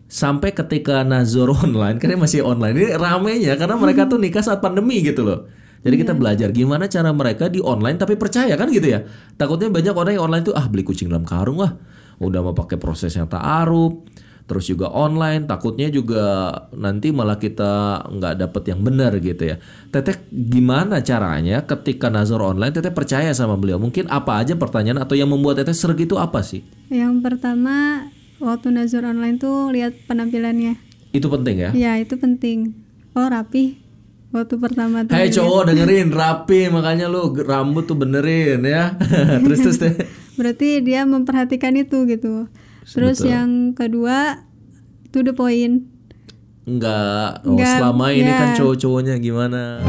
sampai ketika nazar online, karena masih online, ini ramenya karena mereka tuh nikah saat pandemi gitu loh. Jadi kita belajar gimana cara mereka di online tapi percaya kan gitu ya. Takutnya banyak orang yang online tuh beli kucing dalam karung lah, udah mau pakai proses yang ta'aruf, terus juga online, takutnya juga nanti malah kita nggak dapet yang benar gitu ya. Teteh gimana caranya ketika nazar online Teteh percaya sama beliau? Mungkin apa aja pertanyaan atau yang membuat Teteh sreg itu apa sih? Yang pertama, waktu nazar online tuh lihat penampilannya. Itu penting ya? Ya, itu penting. Oh, rapi. Waktu pertama tuh. Hei cowok dengerin, rapi, makanya lu rambut tuh benerin ya. Terus Teh. Berarti dia memperhatikan itu gitu. Terus Betul. yang kedua, to the point. Enggak, Enggak, selama ini ya. kan cowok-cowoknya gimana?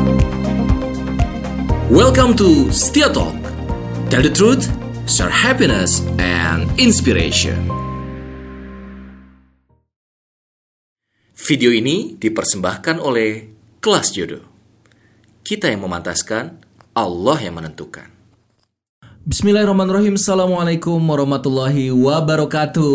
Welcome to Setia Talk. Tell the truth, share happiness and inspiration. Video ini dipersembahkan oleh Kelas Jodoh. Kita yang memantaskan, Allah yang menentukan. Bismillahirrahmanirrahim. Assalamualaikum warahmatullahi wabarakatuh.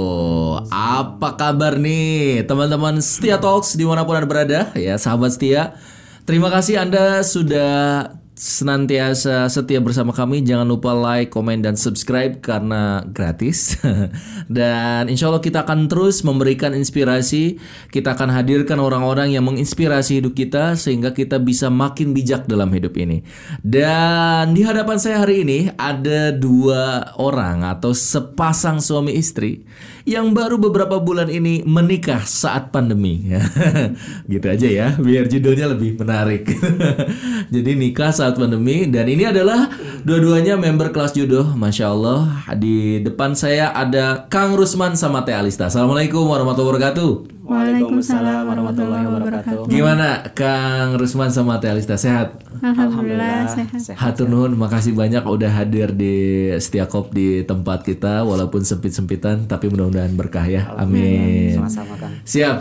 Apa kabar nih teman-teman Setia Talks dimanapun Anda berada ya, sahabat setia. Terima kasih Anda sudah senantiasa setia bersama kami. Jangan lupa like, komen, dan subscribe karena gratis. Dan insya Allah kita akan terus memberikan inspirasi. Kita akan hadirkan orang-orang yang menginspirasi hidup kita sehingga kita bisa makin bijak dalam hidup ini. Dan di hadapan saya hari ini ada dua orang atau sepasang suami istri yang baru beberapa bulan ini menikah saat pandemi. Gitu aja ya, biar judulnya lebih menarik. Jadi nikah saat pandemi, dan ini adalah dua-duanya member Kelas Jodoh. Masya Allah. Di depan saya ada Kang Rusman sama Teh Alista. Assalamualaikum warahmatullahi wabarakatuh. Waalaikumsalam warahmatullahi wabarakatuh. Gimana Kang Rusman sama Teh Alista, sehat? Alhamdulillah sehat. Hatur nuhun, makasih banyak udah hadir di Setiakop di tempat kita, walaupun sempit-sempitan tapi mudah-mudahan berkah ya. Amin. Sama-sama Kang. Siap.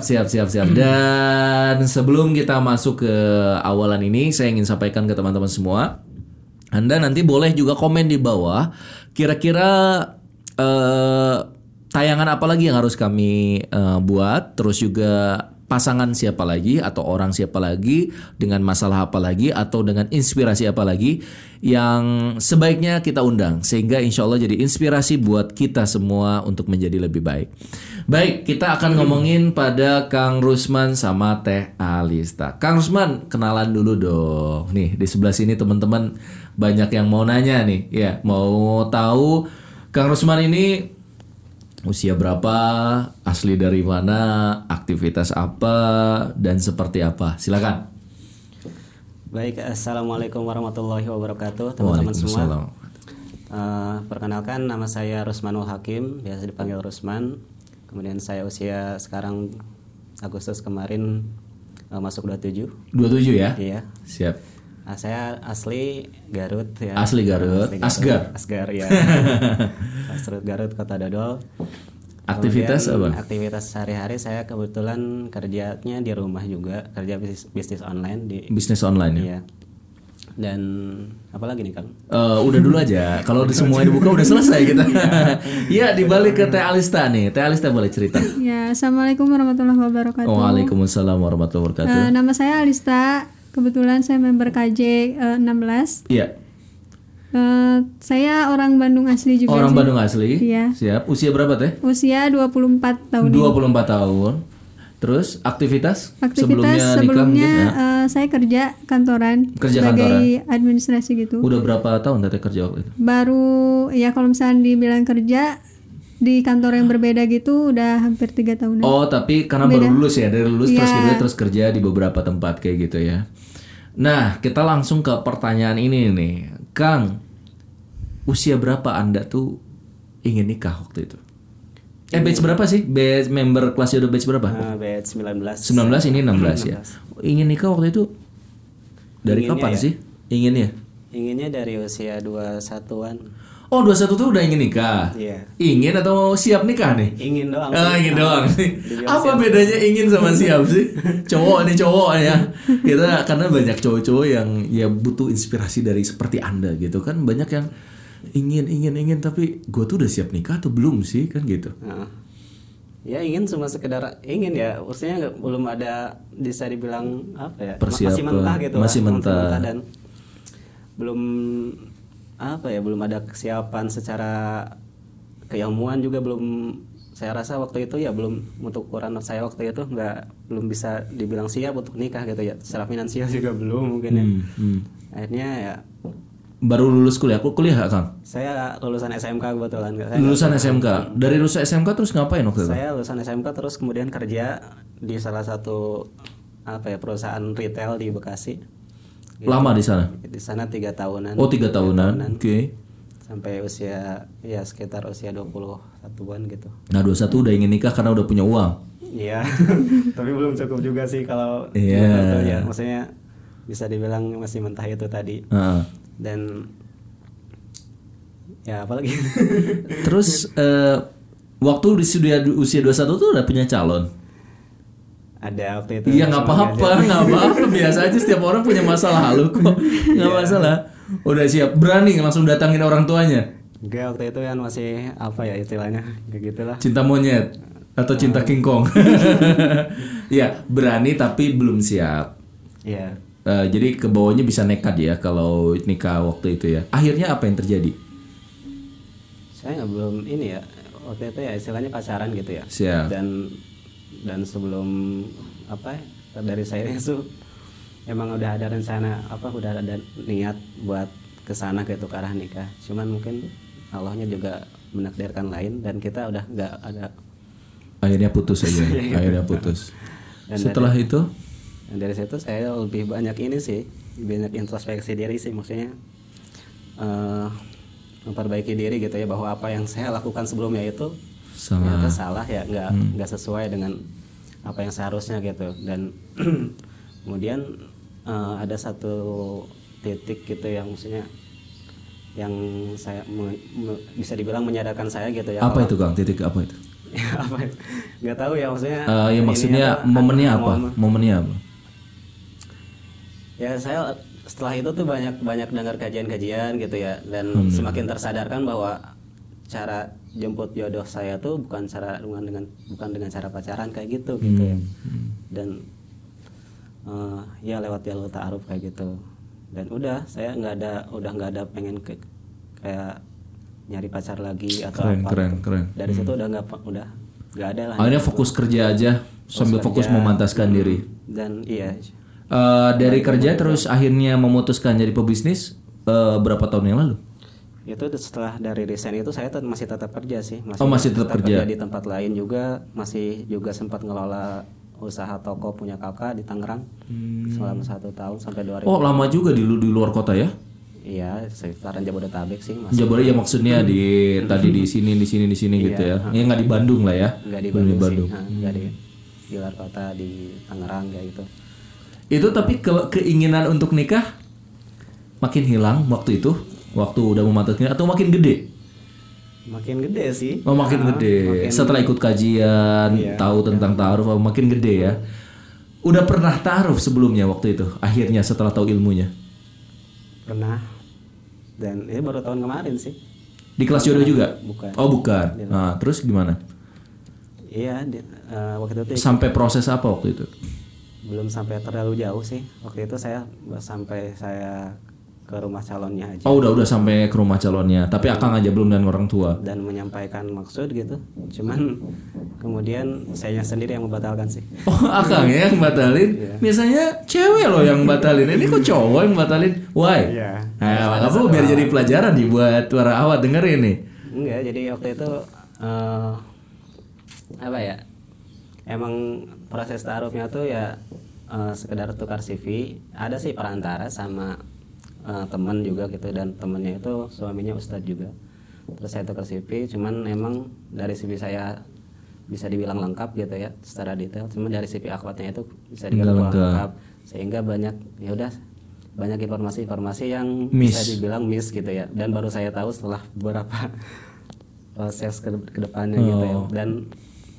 Dan sebelum kita masuk ke awalan ini, saya ingin sampaikan ke teman-teman semua, Anda nanti boleh juga komen di bawah, kira-kira tayangan apa lagi yang harus kami buat, terus juga pasangan siapa lagi atau orang siapa lagi, dengan masalah apa lagi atau dengan inspirasi apa lagi yang sebaiknya kita undang, sehingga insya Allah jadi inspirasi buat kita semua untuk menjadi lebih baik. Baik, kita akan ngomongin pada Kang Rusman sama Teh Alista. Kang Rusman, kenalan dulu dong. Nih di sebelah sini teman-teman banyak yang mau nanya nih, ya mau tahu Kang Rusman ini usia berapa, asli dari mana, aktivitas apa, dan seperti apa? Silakan. Baik, assalamualaikum warahmatullahi wabarakatuh, teman-teman semua. Perkenalkan, nama saya Rusmanul Hakim, biasa dipanggil Rusman. Kemudian saya usia sekarang Agustus kemarin masuk 27. 27 ya? Iya. Siap. Saya asli Garut ya. Asli Garut. Asgar. Asgar ya. Asli Garut, Kota Dodol. Aktivitas Kemudian, apa? Aktivitas sehari-hari saya kebetulan kerjanya di rumah juga, kerja bisnis online di Bisnis online ya? Iya. Dan apalagi nih Kang? Udah dulu aja. Kalau semua dibuka udah selesai kita. Ya, dibalik ke Teh Alista nih. Teh Alista boleh cerita. Ya, assalamualaikum warahmatullahi wabarakatuh. Waalaikumsalam warahmatullahi wabarakatuh. Nama saya Alista. Kebetulan saya member KJ 16. Iya. Saya orang Bandung asli juga. Orang sih. Bandung asli. Iya. Siap. Usia berapa Teh? Usia 24 tahun. 24 tahun. Terus aktivitas Aktivitas sebelumnya saya kerja kantoran Kerja sebagai kantoran. administrasi gitu. Udah berapa tahun Teteh kerja waktu itu? Baru ya kalau misalnya dibilang kerja di kantor yang berbeda gitu udah hampir 3 tahunan. Oh, tapi karena Beda. baru lulus ya, dari lulus terus Iya. kedua terus kerja di beberapa tempat kayak gitu ya. Nah, kita langsung ke pertanyaan ini nih. Kang, usia berapa Anda tuh ingin nikah waktu itu? Batch berapa sih? Batch member kelas Jodoh batch berapa? Batch 19. 19, ini 16 ya. Ingin nikah waktu itu dari Inginnya kapan ya? sih? Inginnya? Inginnya dari usia 21-an. Oh, 21 tuh udah ingin nikah. Iya. Ingin atau siap nikah nih? Ingin doang. Ingin doang sih. Dibilang Apa siap. bedanya ingin sama siap sih? Cowok ya. Kita karena banyak cowok-cowok yang ya butuh inspirasi dari seperti Anda gitu kan. Banyak yang ingin tapi gue tuh udah siap nikah atau belum sih kan gitu. Nah, Ya ingin cuma sekedar ingin ya, maksudnya belum ada bisa dibilang apa ya, Persiapan. masih mentah gitu Masih lah, mentah. dan belum apa ya, belum ada kesiapan secara keilmuan juga belum. Saya rasa waktu itu ya belum, untuk ukuran saya waktu itu belum bisa dibilang siap untuk nikah gitu ya, secara finansial juga belum mungkin ya. Akhirnya ya Baru lulus kuliah. Kuliah gak, Kang? saya lulusan SMK kebetulan. Lulusan SMK. Dari lulusan SMK terus ngapain waktu itu? Saya lulusan SMK terus kemudian kerja di salah satu apa ya, perusahaan retail di Bekasi. Lama di sana? Di sana 3 tahunan. Oh, 3 tahunan. Oke. Sampai usia ya sekitar usia 21-an gitu. Nah, 21 udah ingin nikah karena udah punya uang. Iya. Tapi belum cukup juga sih kalau Iya. waktu ya, maksudnya bisa dibilang masih mentah itu tadi. Heeh. Dan ya apalagi. Terus waktu di usia 21 tuh udah punya calon? Ada waktu itu. Iya, nggak apa-apa, biasa aja, setiap orang punya masa lalu kok, nggak masalah. Udah siap, berani langsung datangin orang tuanya? Enggak, waktu itu kan masih apa ya istilahnya, kayak gitulah. Cinta monyet atau cinta King Kong? Iya, berani tapi belum siap. Iya. Jadi kebawahnya bisa nekat ya kalau nikah waktu itu ya. Akhirnya apa yang terjadi? Saya nggak belum ini ya, waktu itu ya istilahnya pacaran gitu ya. Siap. Dan sebelum apa ya, dari saya itu emang udah ada rencana apa, udah ada niat buat kesana gitu, ke arah nikah. Cuman mungkin Allahnya juga menakdirkan lain dan kita udah nggak ada. Akhirnya putus aja. Akhirnya putus. Dan Setelah itu? Dan dari situ saya lebih banyak ini sih, banyak introspeksi diri sih, maksudnya memperbaiki diri gitu ya, bahwa apa yang saya lakukan sebelumnya itu ternyata salah ya, nggak sesuai dengan apa yang seharusnya gitu. Dan kemudian ada satu titik gitu yang maksudnya yang saya bisa dibilang menyadarkan saya gitu ya. Apa itu, Kang? Titik apa itu? Apa? Nggak tahu ya maksudnya. Ya maksudnya momennya apa? Momennya apa? Ya saya setelah itu tuh banyak dengar kajian-kajian gitu ya, dan semakin tersadarkan bahwa cara jemput jodoh saya tuh bukan dengan cara pacaran kayak gitu ya. Dan ya lewat jalur ta'aruf kayak gitu. Dan udah saya udah nggak ada pengen kayak nyari pacar lagi atau keren. Dari situ udah nggak ada lah. Akhirnya fokus kerja aja sambil fokus memantaskan diri. Dan iya. Dari kerja terus akhirnya memutuskan jadi pebisnis berapa tahun yang lalu? Itu setelah dari resign itu saya masih tetap kerja sih. Masih tetap kerja di tempat lain juga, masih juga sempat ngelola usaha toko punya kakak di Tangerang selama 1 tahun sampai 2000. Oh, lama juga di luar kota ya? Iya, sekitaran Jabodetabek sih Mas. Jabodetabek ya, maksudnya tadi di sini gitu ya. Ya nggak di Bandung lah ya. Nggak di Bandung. Nggak di luar kota, di Tangerang kayak gitu. Itu tapi keinginan untuk nikah makin hilang waktu itu, waktu udah memantapkan atau makin gede? Makin gede sih. Oh, makin gede. Setelah ikut kajian, tahu tentang ta'aruf, makin gede ya. Udah pernah ta'aruf sebelumnya waktu itu? Akhirnya setelah tahu ilmunya? Pernah. Dan ini baru tahun kemarin sih. Di kelas jodoh juga? Bukan. Oh, bukan. Nah, terus gimana? Iya, waktu itu sampai proses apa waktu itu? Belum sampai terlalu jauh sih. Waktu itu saya sampai saya ke rumah calonnya aja. Oh, udah sampai ke rumah calonnya. Tapi Akang aja belum dan orang tua. Dan menyampaikan maksud gitu. Cuman kemudian saya sendiri yang membatalkan sih. Oh, Akang ya yang batalin. Biasanya cewek loh yang batalin. Ini kok cowok yang batalin? Why? Iya. Nah, apa biar jadi pelajaran nih buat para awat dengerin nih. Enggak, jadi waktu itu apa ya? Emang proses ta'arufnya tuh ya sekedar tukar CV. Ada sih perantara sama teman juga gitu, dan temennya itu suaminya ustadz juga. Terus saya tukar CV, cuman emang dari CV saya bisa dibilang lengkap gitu ya secara detail, cuman dari CV akhwatnya itu bisa dibilang lengkap, sehingga banyak informasi-informasi yang bisa dibilang miss gitu ya. Dan baru saya tahu setelah beberapa proses ke depannya gitu ya. Dan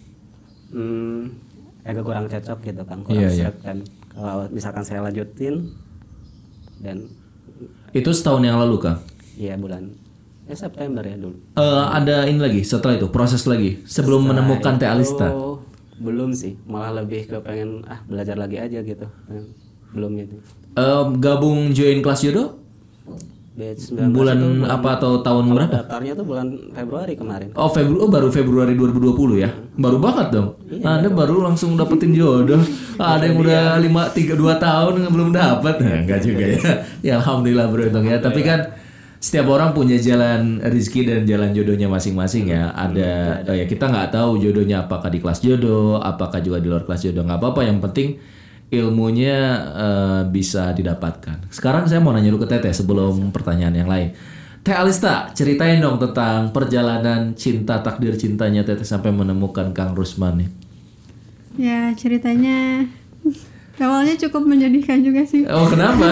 agak kurang cocok gitu kan, kurang siap kan kalau misalkan saya lanjutin. Dan itu setahun yang lalu Kang? Iya, bulan September ya dulu. Ada ini lagi setelah itu proses lagi sebelum Setelah menemukan Teh itu, Alista. belum sih, malah lebih ke pengen belajar lagi aja gitu. Belum gitu. Gabung join kelas jodoh Batch 19 bulan itu apa atau tahun kalau berapa? daftarnya tuh bulan Februari kemarin. Oh baru Februari 2020 ya. Baru banget dong. Anda baru langsung dapetin jodoh. Ada yang udah 2 tahun yang belum dapat. Nah, enggak juga ya. Ya alhamdulillah beruntung ya. Tapi kan setiap orang punya jalan rezeki dan jalan jodohnya masing-masing ya. Ada ya kita nggak tahu jodohnya apakah di kelas jodoh, apakah juga di luar kelas jodoh. Nggak apa-apa, yang penting ilmunya bisa didapatkan. Sekarang saya mau nanya dulu ke Teteh sebelum pertanyaan yang lain. Teh Alista, ceritain dong tentang perjalanan cinta, takdir cintanya Teteh sampai menemukan Kang Rusman nih. Ya ceritanya awalnya cukup menyedihkan juga sih. Oh kenapa?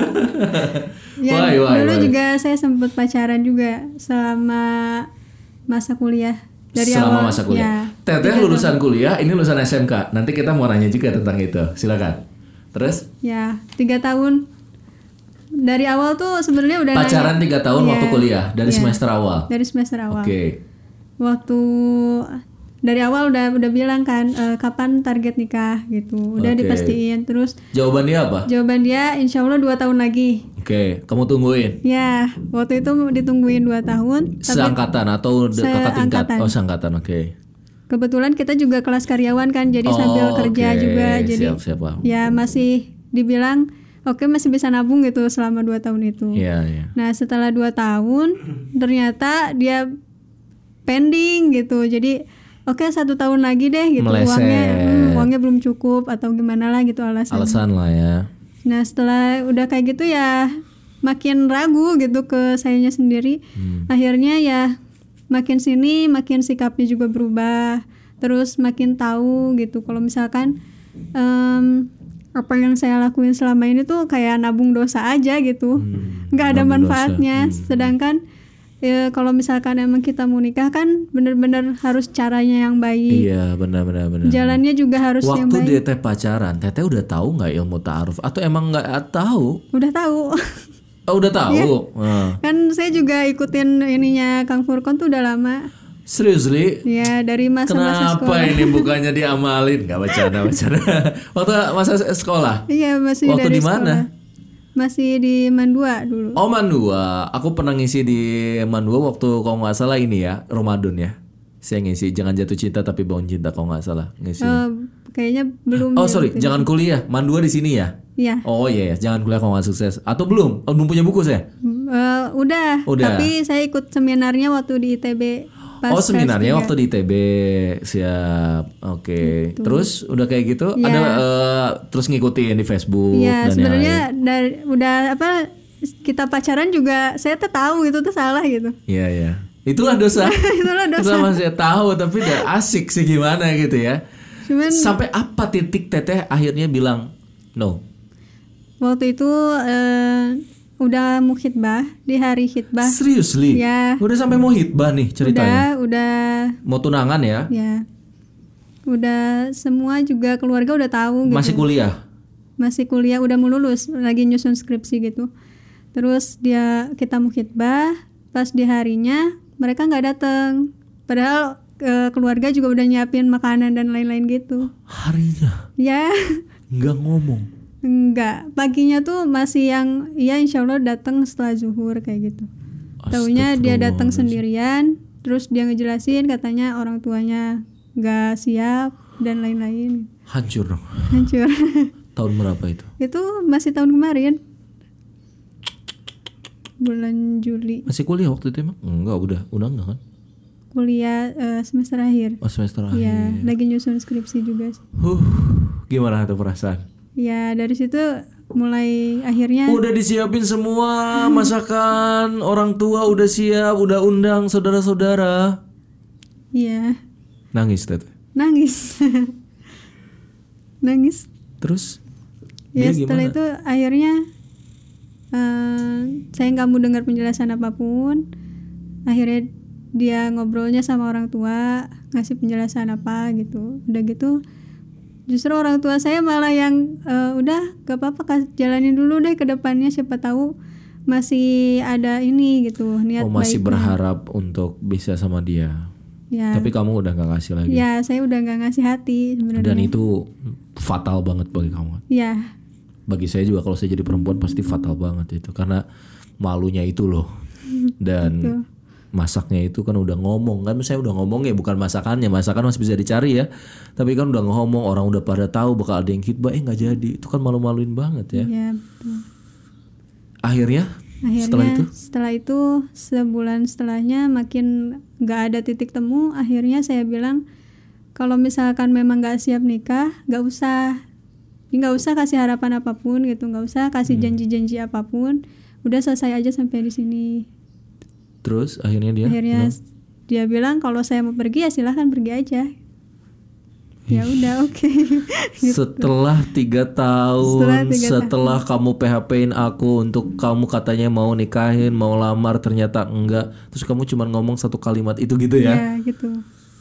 Ya dulu juga saya sempat pacaran juga selama masa kuliah. Dari selama awal, masa kuliah. ya, Teteh lulusan kuliah, ini lulusan SMK. Nanti kita mau nanya juga tentang itu. Silakan. Terus? Ya 3 tahun. Dari awal tuh sebenarnya udah Pacaran 3 tahun Iya, waktu kuliah dari iya. semester awal. Dari semester awal. Oke. Waktu dari awal udah bilang kan kapan target nikah gitu. Udah Oke. dipastiin. Terus Jawaban dia apa? jawaban dia insya Allah 2 tahun lagi. Oke, kamu tungguin. Ya waktu itu ditungguin 2 tahun. Tapi Seangkatan atau kakak tingkat? Seangkatan. Oh, seangkatan. Oke. kebetulan kita juga kelas karyawan kan. Jadi sambil kerja oke. juga. Jadi Siap, paham. ya masih dibilang oke masih bisa nabung gitu selama 2 tahun itu. Iya, iya. Nah setelah 2 tahun ternyata dia pending gitu. Jadi oke 1 tahun lagi deh gitu. Meleset. Uangnya belum cukup atau gimana lah gitu alasan. Alasan lah ya. Nah setelah udah kayak gitu ya makin ragu gitu ke sayanya sendiri. Akhirnya ya makin sini makin sikapnya juga berubah. Terus makin tahu gitu kalau misalkan apa yang saya lakuin selama ini tuh kayak nabung dosa aja gitu. Nggak ada nabung manfaatnya. Sedangkan ya, kalau misalkan emang kita mau nikah kan bener-bener harus caranya yang baik. Iya, benar. Jalannya juga harus yang Waktu baik. dia teh pacaran, Teteh udah tahu nggak ilmu ta'aruf atau emang nggak tahu? Udah tahu. Oh, udah tahu. Iya. Nah. Kan saya juga ikutin ininya Kang Furkon tuh udah lama. Serius, Li? Ya dari masa-masa Kenapa sekolah. ini bukannya diamalin? Gak bercanda. Waktu masa sekolah? Iya masih Waktu dari di mana? sekolah. Masih di Mandua dulu. Oh, Mandua. Aku pernah ngisi di Mandua waktu kalau nggak salah ini ya, Ramadan ya. Saya ngisi Jangan Jatuh Cinta Tapi Bangun Cinta kalau nggak salah ngisi. Kayaknya belum. Oh, ya sorry, waktu itu. jangan kuliah. Mandua di sini ya? Iya. Oh iya, jangan kuliah kalau nggak sukses. Atau belum? Oh, belum punya buku saya? Udah. Udah. Tapi saya ikut seminarnya waktu di ITB. Oh, seminarnya kelas waktu di ITB. Siap. Oke. Terus udah kayak gitu Ya. ada terus ngikutin di Facebook Iya, dan sebenarnya yang lain. dari udah apa kita pacaran juga saya tuh tahu itu tuh salah gitu. Iya, iya. Itulah dosa. Itulah dosa. Itulah masih tahu tapi udah asik sih gimana gitu ya. Cuman Sampai apa titik Teteh akhirnya bilang no? waktu itu udah mau khitbah di hari khitbah. Seriously? Ya. Udah sampai mau hitbah nih ceritanya. Udah Mau tunangan ya? ya. Udah semua juga keluarga udah tahu gitu. Masih kuliah? Masih kuliah udah mau lulus, lagi nyusun skripsi gitu. Terus kita mau khitbah, pas di harinya mereka nggak datang. Padahal keluarga juga udah nyiapin makanan dan lain-lain gitu. Harinya Ya. nggak ngomong. Enggak, paginya tuh masih yang iya insya Allah datang setelah zuhur kayak gitu. Taunya dia datang sendirian, terus dia ngejelasin katanya orang tuanya nggak siap dan lain-lain. Hancur dong. Hancur. Tahun berapa itu? Itu masih tahun kemarin, bulan Juli, Masih kuliah waktu itu emang? Enggak enggak kan? kuliah semester akhir. Oh, semester akhir. Ya, lagi nyusun skripsi juga sih. Gimana tuh perasaan? Ya dari situ mulai akhirnya Udah disiapin semua masakan, orang tua udah siap, udah undang saudara-saudara. ya Nangis Teteh. nangis. Nangis. Terus? Ya Dia setelah gimana? itu akhirnya saya nggak mau dengar penjelasan apapun. Akhirnya dia ngobrolnya sama orang tua, ngasih penjelasan apa gitu. Udah gitu justru orang tua saya malah yang udah gak apa-apa jalanin dulu deh ke depannya, siapa tahu masih ada ini gitu, niat masih baiknya. berharap untuk bisa sama dia. Ya. Tapi kamu udah nggak ngasih lagi. Ya, saya udah nggak ngasih hati sebenarnya. Dan itu fatal banget bagi kamu. Ya, Bagi saya juga kalau saya jadi perempuan pasti fatal banget itu, karena malunya itu loh. Dan masaknya itu kan udah ngomong kan, saya udah ngomong ya, bukan masakan masih bisa dicari ya. Tapi kan udah ngomong, orang udah pada tahu bakal ada yang khitbah, nggak jadi. Itu kan malu-maluin banget ya. ya betul. Akhirnya Setelah itu sebulan setelahnya makin nggak ada titik temu. Akhirnya saya bilang kalau misalkan memang nggak siap nikah, nggak usah kasih harapan apapun gitu, nggak usah kasih janji-janji apapun, udah selesai aja sampai di sini. terus akhirnya Dia bilang kalau saya mau pergi ya silahkan pergi aja. Ya udah, oke. Setelah 3 tahun, setelah kamu PHP-in aku untuk kamu katanya mau nikahin, mau lamar, ternyata enggak. Terus kamu cuma ngomong satu kalimat itu gitu ya? Ya gitu.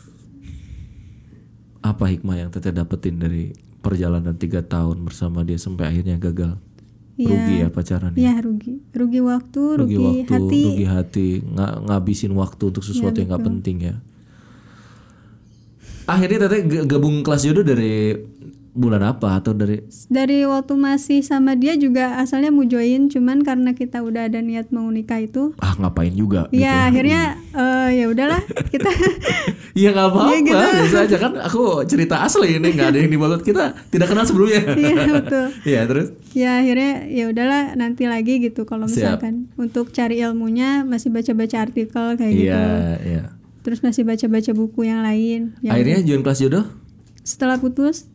Apa hikmah yang Teteh dapetin dari perjalanan 3 tahun bersama dia sampai akhirnya gagal? Ya, rugi ya pacarannya? Iya rugi waktu, rugi hati. Rugi hati, ngabisin waktu untuk sesuatu yang nggak penting ya. Akhirnya Teteh gabung kelas jodoh dari bulan apa atau dari waktu masih sama dia juga asalnya mau join, cuman karena kita udah ada niat mau nikah itu. Ngapain juga? Ya gitu. akhirnya ya udahlah kita. Ya nggak apa-apa, Ya, gitu. biasa aja kan. Aku cerita asli ini, nggak ada yang dibalut, kita tidak kenal sebelumnya. Iya betul. Ya terus? Ya akhirnya ya udahlah nanti lagi gitu. Kalau misalkan untuk cari ilmunya masih baca-baca artikel kayak gitu. Iya. Terus masih baca-baca buku yang lain. Akhirnya join kelas jodoh? Setelah putus.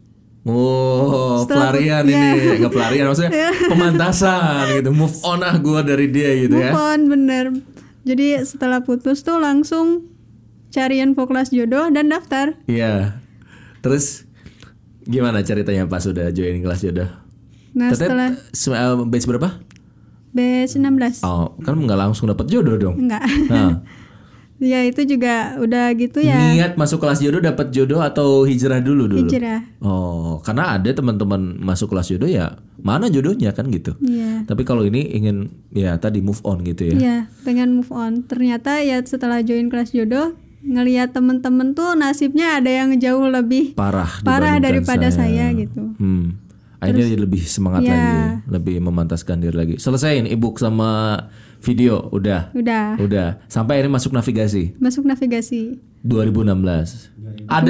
Pelarian ini, nggak pelarian maksudnya pemantasan gitu, move on gue dari dia gitu ya. Move on, bener. Jadi setelah putus tuh langsung cari info kelas jodoh dan daftar. Iya. Terus gimana ceritanya pas sudah join kelas jodoh? Nah setelah batch berapa? batch 16. Kan nggak langsung dapat jodoh dong? Enggak. Nah. Ya itu juga udah gitu ya. Niat masuk kelas jodoh dapat jodoh atau hijrah dulu? Hijrah. Karena ada teman-teman masuk kelas jodoh ya mana jodohnya kan gitu. Iya. Tapi kalau ini ingin ya tadi move on gitu ya. Iya, pengen move on. Ternyata ya setelah join kelas jodoh ngelihat temen-temen tuh nasibnya ada yang jauh lebih parah daripada saya gitu. Akhirnya dia lebih semangat lagi, lebih memantaskan diri lagi. Selesaiin e-book sama video, udah. Sampai akhirnya masuk navigasi. 2016. Ada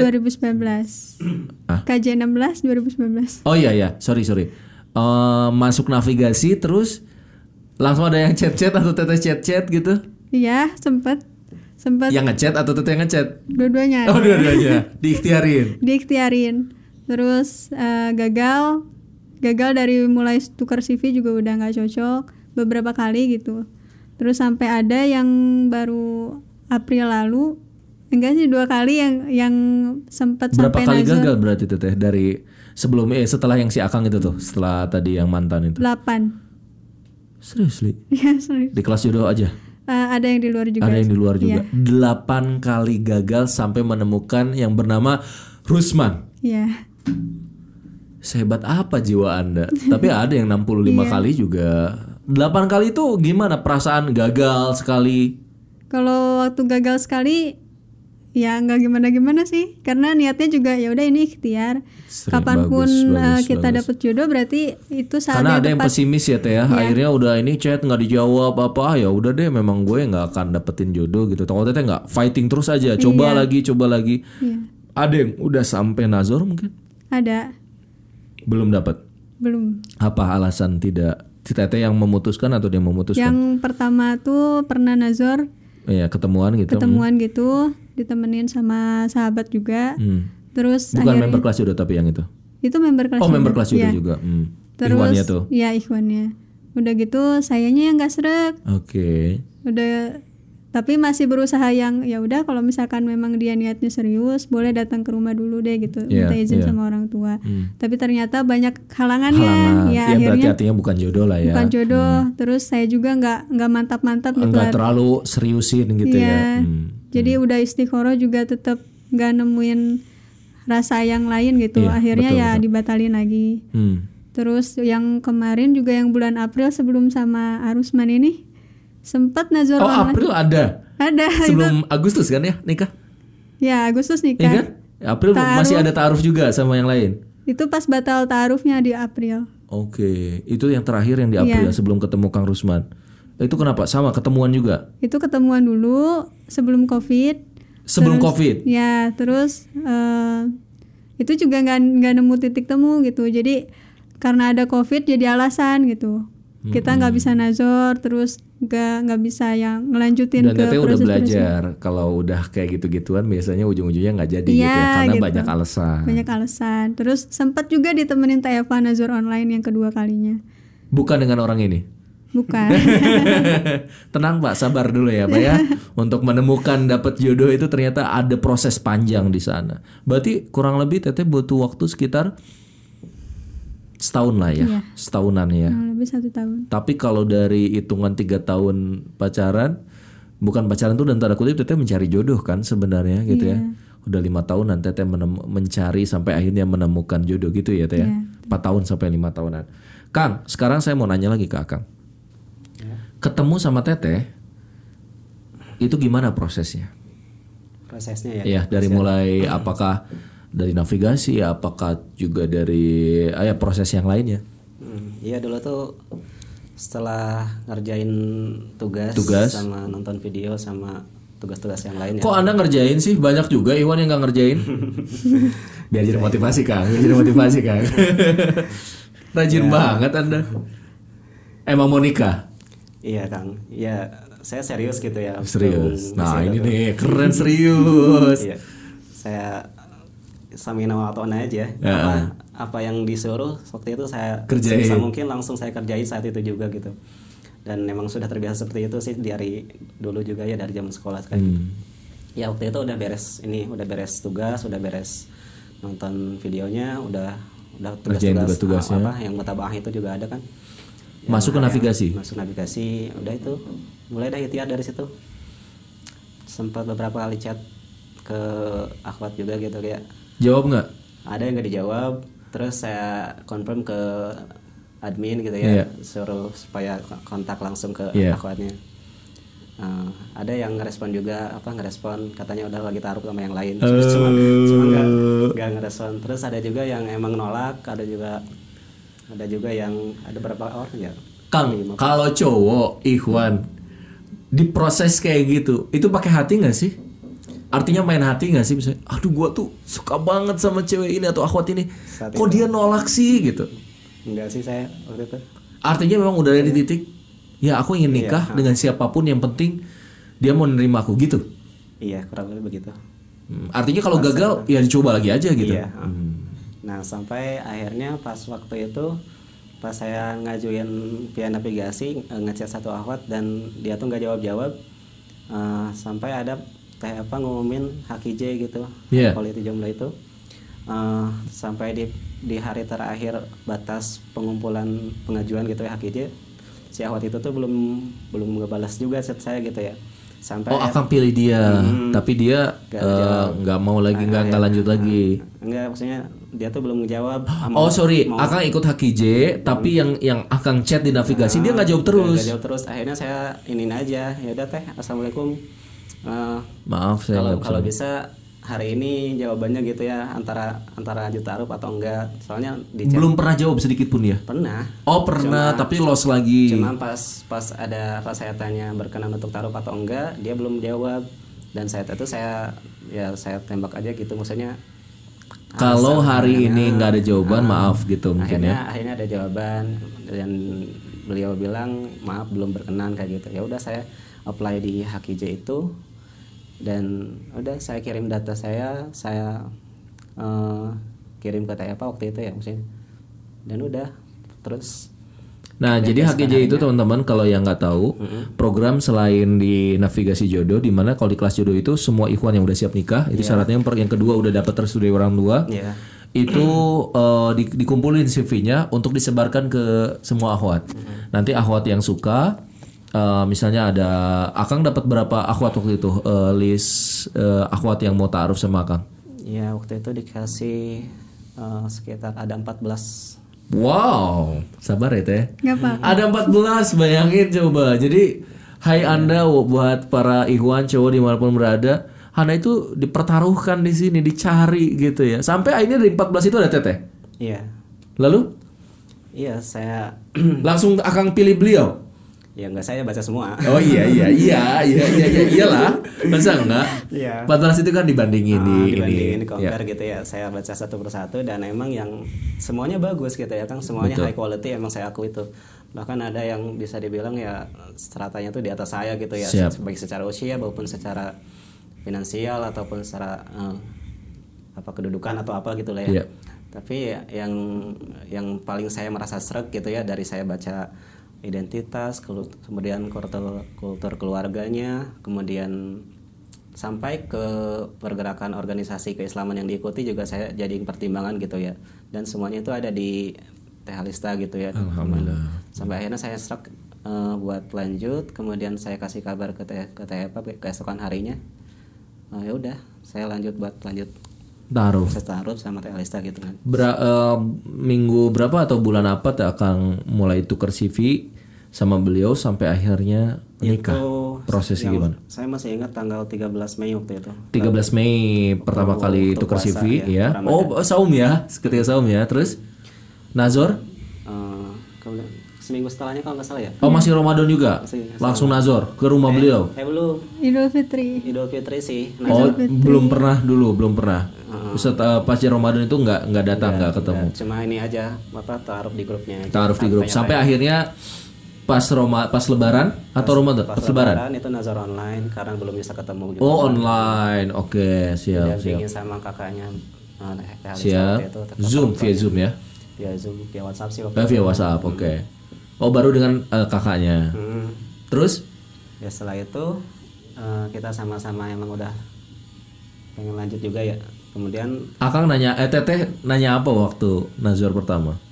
2019. KJ 16 2019. Oh iya, sorry. Masuk navigasi terus langsung ada yang chat-chat atau Teteh chat-chat gitu? Iya, sempet. Yang ngechat atau Teteh yang ngechat? Dua-duanya. Oh, dua-duanya. Diikhtiarin. Terus gagal dari mulai tukar CV juga udah nggak cocok beberapa kali gitu. Terus sampai ada yang baru April lalu, enggak sih 2 kali yang sempat sampai berapa kali nazar. gagal berarti Teteh dari sebelumnya setelah yang si Akang itu tuh, setelah tadi yang mantan itu? 8. Serius Li? Iya serius. Di kelas jodoh aja? Ada yang di luar juga. Ada yang di luar juga. Iya. 8 kali gagal sampai menemukan yang bernama Rusman. Iya. Sehebat apa jiwa Anda? Tapi ada yang 65 kali juga. 8 kali itu gimana perasaan gagal sekali? Kalau waktu gagal sekali ya nggak gimana-gimana sih, karena niatnya juga ya udah ini ikhtiar. Kapanpun kita dapat jodoh berarti itu saat karena yang ada yang tepat. pesimis ya Teh ya. Akhirnya udah ini chat nggak dijawab apa, ya udah deh memang gue nggak akan dapetin jodoh gitu. Kalau Teteh nggak fighting terus aja, coba lagi. Iya. Ada yang udah sampai nazar mungkin? Ada. Belum dapat. Belum. Apa alasan tidak? Teteh yang memutuskan atau dia memutuskan? Yang pertama tuh pernah nazar. Iya, ketemuan gitu, ditemenin sama sahabat juga. Terus bukan akhirnya, member kelas jodoh tapi yang itu? Itu member kelas jodoh. Member kelas jodoh juga. Terus ikhwannya tuh? Iya, ikhwannya. Udah gitu sayanya yang gak srek. Oke. Udah, tapi masih berusaha yang ya udah kalau misalkan memang dia niatnya serius boleh datang ke rumah dulu deh gitu, minta izin sama orang tua. Tapi ternyata banyak halangannya. Ya berarti akhirnya artinya bukan jodoh lah ya. bukan jodoh. Terus saya juga nggak mantap-mantap gitu. Nggak terlalu seriusin gitu ya. Jadi udah istikharah juga tetap nggak nemuin rasa yang lain gitu. Akhirnya betul. dibatalin lagi. Terus yang kemarin juga yang bulan April sebelum sama Arusman ini sempat nazar Oh, online. April ada. Ada Sebelum Agustus kan ya nikah? ya Agustus Iya nikah. kan? April masih ada ta'aruf juga sama yang lain. Itu pas batal ta'arufnya di April. Oke, itu yang terakhir yang di April sebelum ketemu Kang Rusman. Itu kenapa? Sama ketemuan juga. Itu ketemuan dulu sebelum COVID. Sebelum COVID. Ya, terus itu juga nggak nemu titik temu gitu. Jadi karena ada COVID jadi alasan gitu. Kita nggak bisa nazar, terus nggak bisa yang ngelanjutin Dan ke Teteh udah proses-prosesnya. belajar kalau udah kayak gitu-gituan biasanya ujung-ujungnya nggak jadi gitu ya Iya, karena gitu. banyak alasan. Banyak alasan. Terus sempat juga ditemenin Teh Eva nazar online yang kedua kalinya. Bukan dengan orang ini. Bukan. Tenang Pak, sabar dulu ya Pak ya. Untuk menemukan dapat jodoh itu ternyata ada proses panjang di sana. Berarti kurang lebih Teteh butuh waktu sekitar setahun lah ya, Iya. setahunan ya. Kurang lebih 1 tahun. Tapi kalau dari hitungan 3 tahun pacaran, bukan pacaran tuh dan tanda kutip Teteh mencari jodoh kan sebenarnya gitu ya. Udah 5 tahunan Teteh mencari sampai akhirnya menemukan jodoh gitu ya Teh ya. 4 tahun sampai 5 tahunan. Kang, sekarang saya mau nanya lagi ke Akang. Ketemu sama Teteh itu gimana prosesnya? Prosesnya ya. Ya dari mulai apakah dari navigasi, apakah juga dari proses yang lainnya? Iya dulu tuh setelah ngerjain tugas sama nonton video sama tugas-tugas yang lainnya. Kok Anda ngerjain sih? Banyak juga Iwan yang nggak ngerjain. Biar jadi motivasi Kang, Rajin banget Anda. Emang mau nikah? Iya Kang, ya saya serius gitu ya. Serius. Nah ini tuh. nih keren serius. Iya, saya sami'na wa ata'na aja. Apa yang disuruh waktu itu saya Kerjain. sebisa mungkin langsung saya kerjain saat itu juga gitu. Dan memang sudah terbiasa seperti itu sih dari dulu juga ya dari zaman sekolah sekali. Ya waktu itu udah beres tugas, udah beres nonton videonya, udah Ngerjain tugas-tugas tugas-tugasnya. apa yang mutabaah itu juga ada kan. Masuk ke navigasi. Masuk navigasi, udah itu mulai dah ikhtiar dari situ. Sempat beberapa kali chat ke akhwat juga gitu kayak. Jawab nggak? Ada yang nggak dijawab, terus saya confirm ke admin gitu ya, suruh supaya kontak langsung ke akhwatnya. Ada yang ngerespon juga, katanya udah lagi taruh sama yang lain, cuma nggak ngerespon. Terus ada juga yang emang nolak, ada juga yang ada berapa orang ya. Kang, kalau cowok Ikhwan diproses kayak gitu, itu pakai hati nggak sih? Artinya main hati nggak sih? Misalnya, aduh gua tuh suka banget sama cewek ini atau akhwat ini, kok dia nolak sih gitu? Enggak sih saya waktu itu. Artinya memang udah ada di titik, ya aku ingin nikah dengan siapapun yang penting dia mau nerima aku gitu. Iya kurang lebih begitu. Artinya kalau gagal ya dicoba lagi aja gitu. Iya. Nah sampai akhirnya pas waktu itu pas saya ngajuin via navigasi ngechat satu akhwat dan dia tuh nggak jawab sampai ada ngumumin HKJ gitu, quality jomblo itu sampai di hari terakhir batas pengumpulan pengajuan gitu ya HKJ, si akhwat itu tuh belum ngebalas juga chat saya gitu ya. Sampai akan pilih dia, tapi dia nggak mau lagi, nggak lanjut lagi. Enggak, maksudnya dia tuh belum menjawab. Akang ikut HKJ, tapi yang Akang chat di navigasi dia nggak jawab terus. Nggak jawab terus. Akhirnya saya iniin aja, ya udah teh, assalamualaikum. Maaf saya kalau bisa hari ini jawabannya gitu ya, antara lanjut taruh atau enggak. Soalnya di chat belum pernah jawab sedikit pun ya. pernah. Oh pernah, tapi lost lagi. Cuma pas saya tanya berkenan untuk taruh atau enggak, dia belum jawab. Dan saya tembak aja gitu, maksudnya kalau hari ini nggak ada jawaban maaf gitu mungkin akhirnya ada jawaban dan beliau bilang maaf belum berkenan kayak gitu. Ya udah saya apply di HKJ itu dan udah saya kirim data saya kirim ke TEPA waktu itu ya maksudnya, dan udah terus. Nah jadi HKJ itu teman-teman kalau yang nggak tahu program selain di navigasi jodoh, di mana kalau di kelas jodoh itu semua ikhwan yang udah siap nikah itu syaratnya yang kedua udah dapat restu dari orang tua itu dikumpulin CV-nya untuk disebarkan ke semua akhwat. Nanti akhwat yang suka misalnya ada Akang dapat berapa akhwat waktu itu list akhwat yang mau ta'aruf sama Akang? Ya waktu itu dikasih sekitar ada 14 Wow, sabar ya Teh. Nggak apa-apa. Ada 14, bayangin coba. Jadi, hai Anda buat para ikhwan cowok dimanapun berada, Anda itu dipertaruhkan di sini, dicari gitu ya. Sampai akhirnya dari 14 itu ada Teteh. Iya. Lalu Iya, saya langsung Akang pilih beliau. ya enggak, saya baca semua. Oh iyalah. Masa enggak? Iya. 14 itu kan dibandingin Dibandingin ini. compare Ya. gitu ya, saya baca satu persatu dan emang yang semuanya bagus gitu ya, kan semuanya Betul. high quality, emang saya akui itu. Bahkan ada yang bisa dibilang ya stratanya tuh di atas saya gitu ya, Siap. baik secara usia maupun secara finansial ataupun secara kedudukan atau apa gitu lah ya. Iya. Tapi yang paling saya merasa sreg gitu ya dari saya baca identitas, kemudian kultur keluarganya, kemudian sampai ke pergerakan organisasi keislaman yang diikuti juga saya jadiin pertimbangan gitu ya. Dan semuanya itu ada di Teh Halista gitu ya. Alhamdulillah. Sampai akhirnya saya sreg buat lanjut, kemudian saya kasih kabar ke Teh Epa keesokan harinya. Ya udah, saya lanjut Taruh. saya taruh sama Teh Halista gitu kan. Minggu berapa atau bulan apa Teh Akang mulai tukar CV sama beliau sampai akhirnya nikah? Prosesnya gimana? Saya masih ingat tanggal 13 Mei waktu itu. 13 Mei pertama kali waktu tukar puasa, CV ya. ya, Oh, saum ya, ketika saum ya. Terus Nazor? Kemudian seminggu setelahnya kalau nggak salah ya. Oh, masih Ramadan juga. Masih Langsung Nazor ke rumah beliau. Belum Idul Fitri. Idul Fitri sih. Oh, belum pernah. Ustaz pas Ramadan itu nggak datang, nggak ketemu. Cuma ini aja taruh di grupnya. Taruh di grup sampai akhirnya pas Lebaran atau Ramadan? Pas Lebaran. Itu nazar online karena belum bisa ketemu juga. Oh, online. Oke, siap. Didampingin sama kakaknya. Teh Halista Siap. waktu itu, Zoom via Zoom ya. Via Zoom, via WhatsApp sih waktu Via WhatsApp. Oke. Oh, baru dengan kakaknya. Terus ya setelah itu kita sama-sama emang udah pengen lanjut juga ya. Kemudian Akang nanya, Teteh nanya apa waktu Nazar pertama?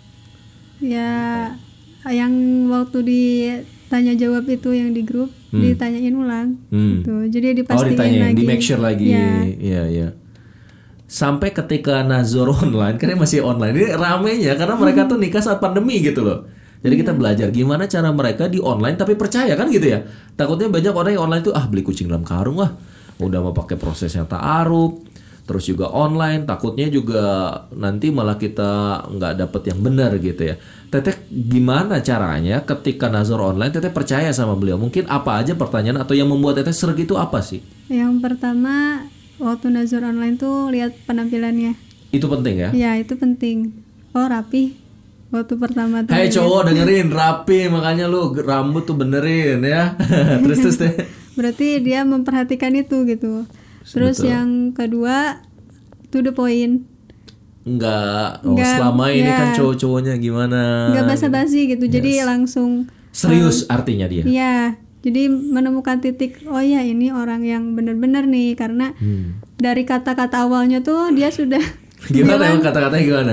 Ya, yang waktu ditanya jawab itu yang di grup ditanyain ulang. Gitu. Jadi dipastiin ditanyain, lagi. di make sure lagi. Ya. Iya. Sampai ketika Nazar online, karena masih online, ini ramenya karena mereka tuh nikah saat pandemi gitu loh. Jadi kita belajar gimana cara mereka di online tapi percaya kan gitu ya. Takutnya banyak orang yang online tuh beli kucing dalam karung udah mau pakai prosesnya ta'aruf, terus juga online, takutnya juga nanti malah kita nggak dapet yang benar gitu ya. Teteh gimana caranya ketika Nazar online Teteh percaya sama beliau? Mungkin apa aja pertanyaan atau yang membuat Teteh sreg itu apa sih? Yang pertama waktu Nazar online tuh lihat penampilannya. Itu penting ya? Ya, itu penting. Oh, rapi. Waktu pertama tuh. Hei cowok dengerin, rapi, makanya lu rambut tuh benerin ya. terus Teh. Berarti dia memperhatikan itu gitu. Terus yang kedua to the point. Enggak, Enggak, selama ini ya. kan cowok-cowoknya gimana? Nggak basa-basi gitu. Jadi langsung Serius artinya dia. Iya. Jadi menemukan titik, oh ya ini orang yang benar-benar nih, karena dari kata-kata awalnya tuh dia sudah Gimana emang kata-katanya gimana?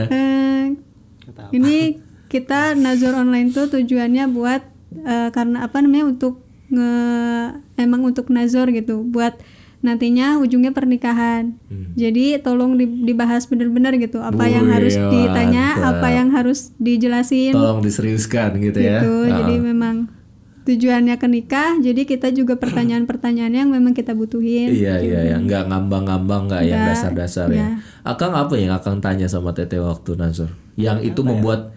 Ini kita Nazar online tuh tujuannya buat karena apa namanya emang untuk Nazar gitu, buat nantinya ujungnya pernikahan. Jadi tolong dibahas benar-benar gitu, apa yang harus ditanya, apa yang harus dijelasin. Tolong diseriuskan gitu ya. Jadi memang tujuannya ke nikah, jadi kita juga pertanyaan-pertanyaan yang memang kita butuhin. Iya, nggak ngambang-ngambang, nggak yang dasar-dasar ya. Iya. Akang apa yang Akang tanya sama Teteh waktu Nazar? Yang itu membuat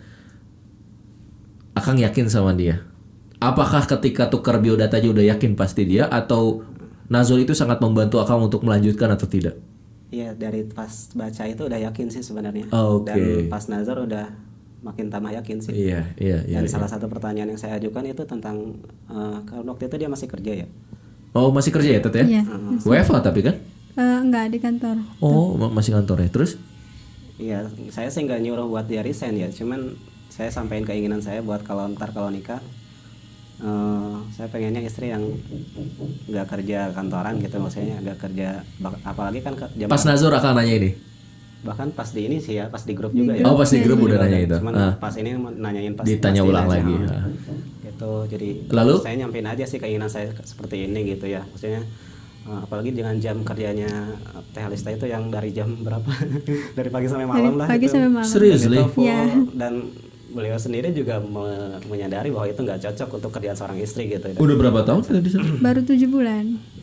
Akang yakin sama dia. Apakah ketika tukar biodata aja udah yakin pasti dia, atau Nazar itu sangat membantu Akang untuk melanjutkan atau tidak? Iya, dari pas baca itu udah yakin sih sebenarnya. Oke. Dan pas Nazar udah makin tambah yakin sih. Iya. Dan salah satu pertanyaan yang saya ajukan itu tentang kalau waktu itu dia masih kerja ya. Oh, masih kerja ya Teteh? Iya. WFH tapi kan? Enggak, di kantor. Oh, masih kantor ya. Terus? Iya, saya sih nggak nyuruh buat dia resign ya. Cuman saya sampaikan keinginan saya buat kalau nikah, saya pengennya istri yang nggak kerja kantoran gitu, maksudnya nggak kerja, apalagi kan Pas Nazar Akang nanya ini? bahkan pas di ini sih ya, pas di grup juga ya. Oh, pas di grup udah nanya itu. Cuman pas ini nanyain pas Ditanya pas ulang lagi. Gitu. Jadi Lalu? saya nyampein aja sih keinginan saya seperti ini gitu ya. Maksudnya apalagi dengan jam kerjanya Teh Halista itu yang dari jam berapa? Dari pagi sampai malam lah. Pagi gitu. sampai malam. Serius, Dan Li? itu full, Iya. dan beliau sendiri juga menyadari bahwa itu nggak cocok untuk kerjaan seorang istri gitu. Udah berapa tahun tadi di sana? Baru 7 bulan.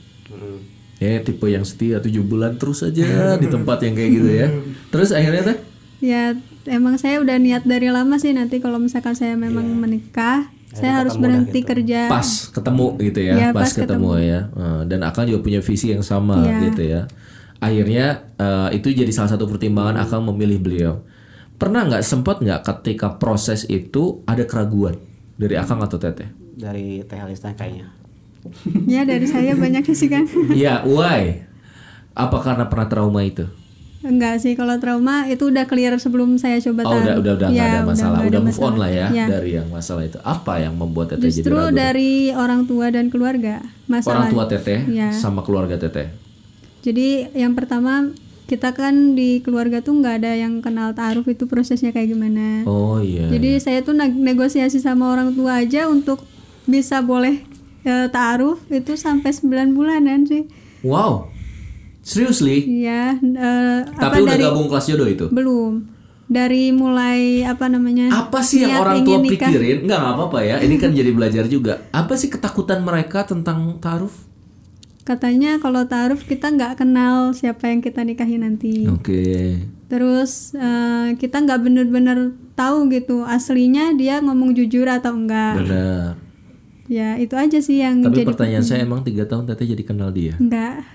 Ya tipe yang setia 7 bulan terus aja di tempat yang kayak gitu ya. Terus akhirnya teh? Ya emang saya udah niat dari lama sih, nanti kalau misalkan saya memang menikah, saya harus berhenti kerja. Pas ketemu gitu ya, Ya, pas pas ketemu ya. Dan Akang juga punya visi yang sama gitu ya. Akhirnya itu jadi salah satu pertimbangan Akang memilih beliau. Pernah nggak, sempat nggak ketika proses itu ada keraguan dari Akang atau Teteh? Dari Teh Alista kayaknya. Ya dari saya banyak sih kan. Iya, why? Apa karena pernah trauma itu? Enggak sih, kalau trauma itu udah clear sebelum saya coba taruh. Udah nggak Ya, ada masalah, nggak udah ada move on lah ya, Ya. dari yang masalah itu. Apa yang membuat Teteh jadi Justru ragu? dari orang tua dan keluarga Orang masalah. tua Teteh Ya. sama keluarga Teteh. Jadi yang pertama, kita kan di keluarga tuh nggak ada yang kenal ta'aruf itu prosesnya kayak gimana. Oh iya. Jadi saya tuh negosiasi sama orang tua aja untuk bisa boleh ta'aruf itu sampai 9 bulanan sih. Wow. Seriously? Iya. Tapi udah gabung kelas jodoh itu? Belum. Dari mulai apa namanya? Apa sih yang niat orang tua ingin nikah. pikirin? Nggak apa-apa ya. Ini kan jadi belajar juga. Apa sih ketakutan mereka tentang ta'aruf? Katanya kalau ta'aruf kita nggak kenal siapa yang kita nikahi nanti. Oke. Terus kita nggak bener-bener tahu gitu aslinya dia ngomong jujur atau enggak. Benar. Ya itu aja sih yang Tapi jadi pertanyaan saya, emang 3 tahun Teteh jadi kenal dia? enggak.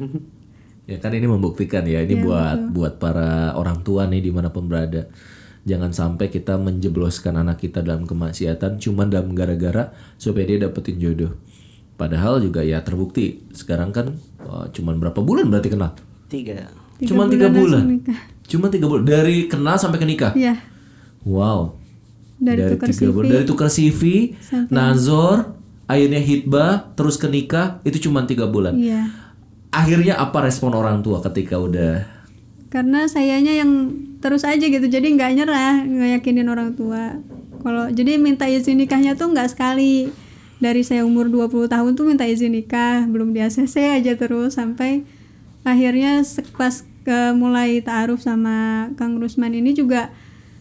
Ya kan ini membuktikan ya. Ini buat para orang tua nih dimanapun berada. Jangan sampai kita menjebloskan anak kita dalam kemaksiatan cuman dalam gara-gara supaya dia dapetin jodoh. Padahal juga ya terbukti sekarang kan cuman berapa bulan berarti kenal? 3. Cuman 3 bulan. Cuma 3 bulan dari kenal sampai ke nikah. Iya. Wow. Dari tukar 3 bulan. Dari tukar CV, nazor, akhirnya hitbah, terus ke nikah, itu cuma 3 bulan. Iya. Akhirnya apa respon orang tua ketika udah? Karena sayanya yang terus aja gitu, jadi nggak nyerah, nggak yakinin orang tua. Kalau jadi minta izin nikahnya tuh nggak sekali. Dari saya umur 20 tahun tuh minta izin nikah, belum di ACC aja terus sampai akhirnya pas mulai ta'aruf sama Kang Rusman ini juga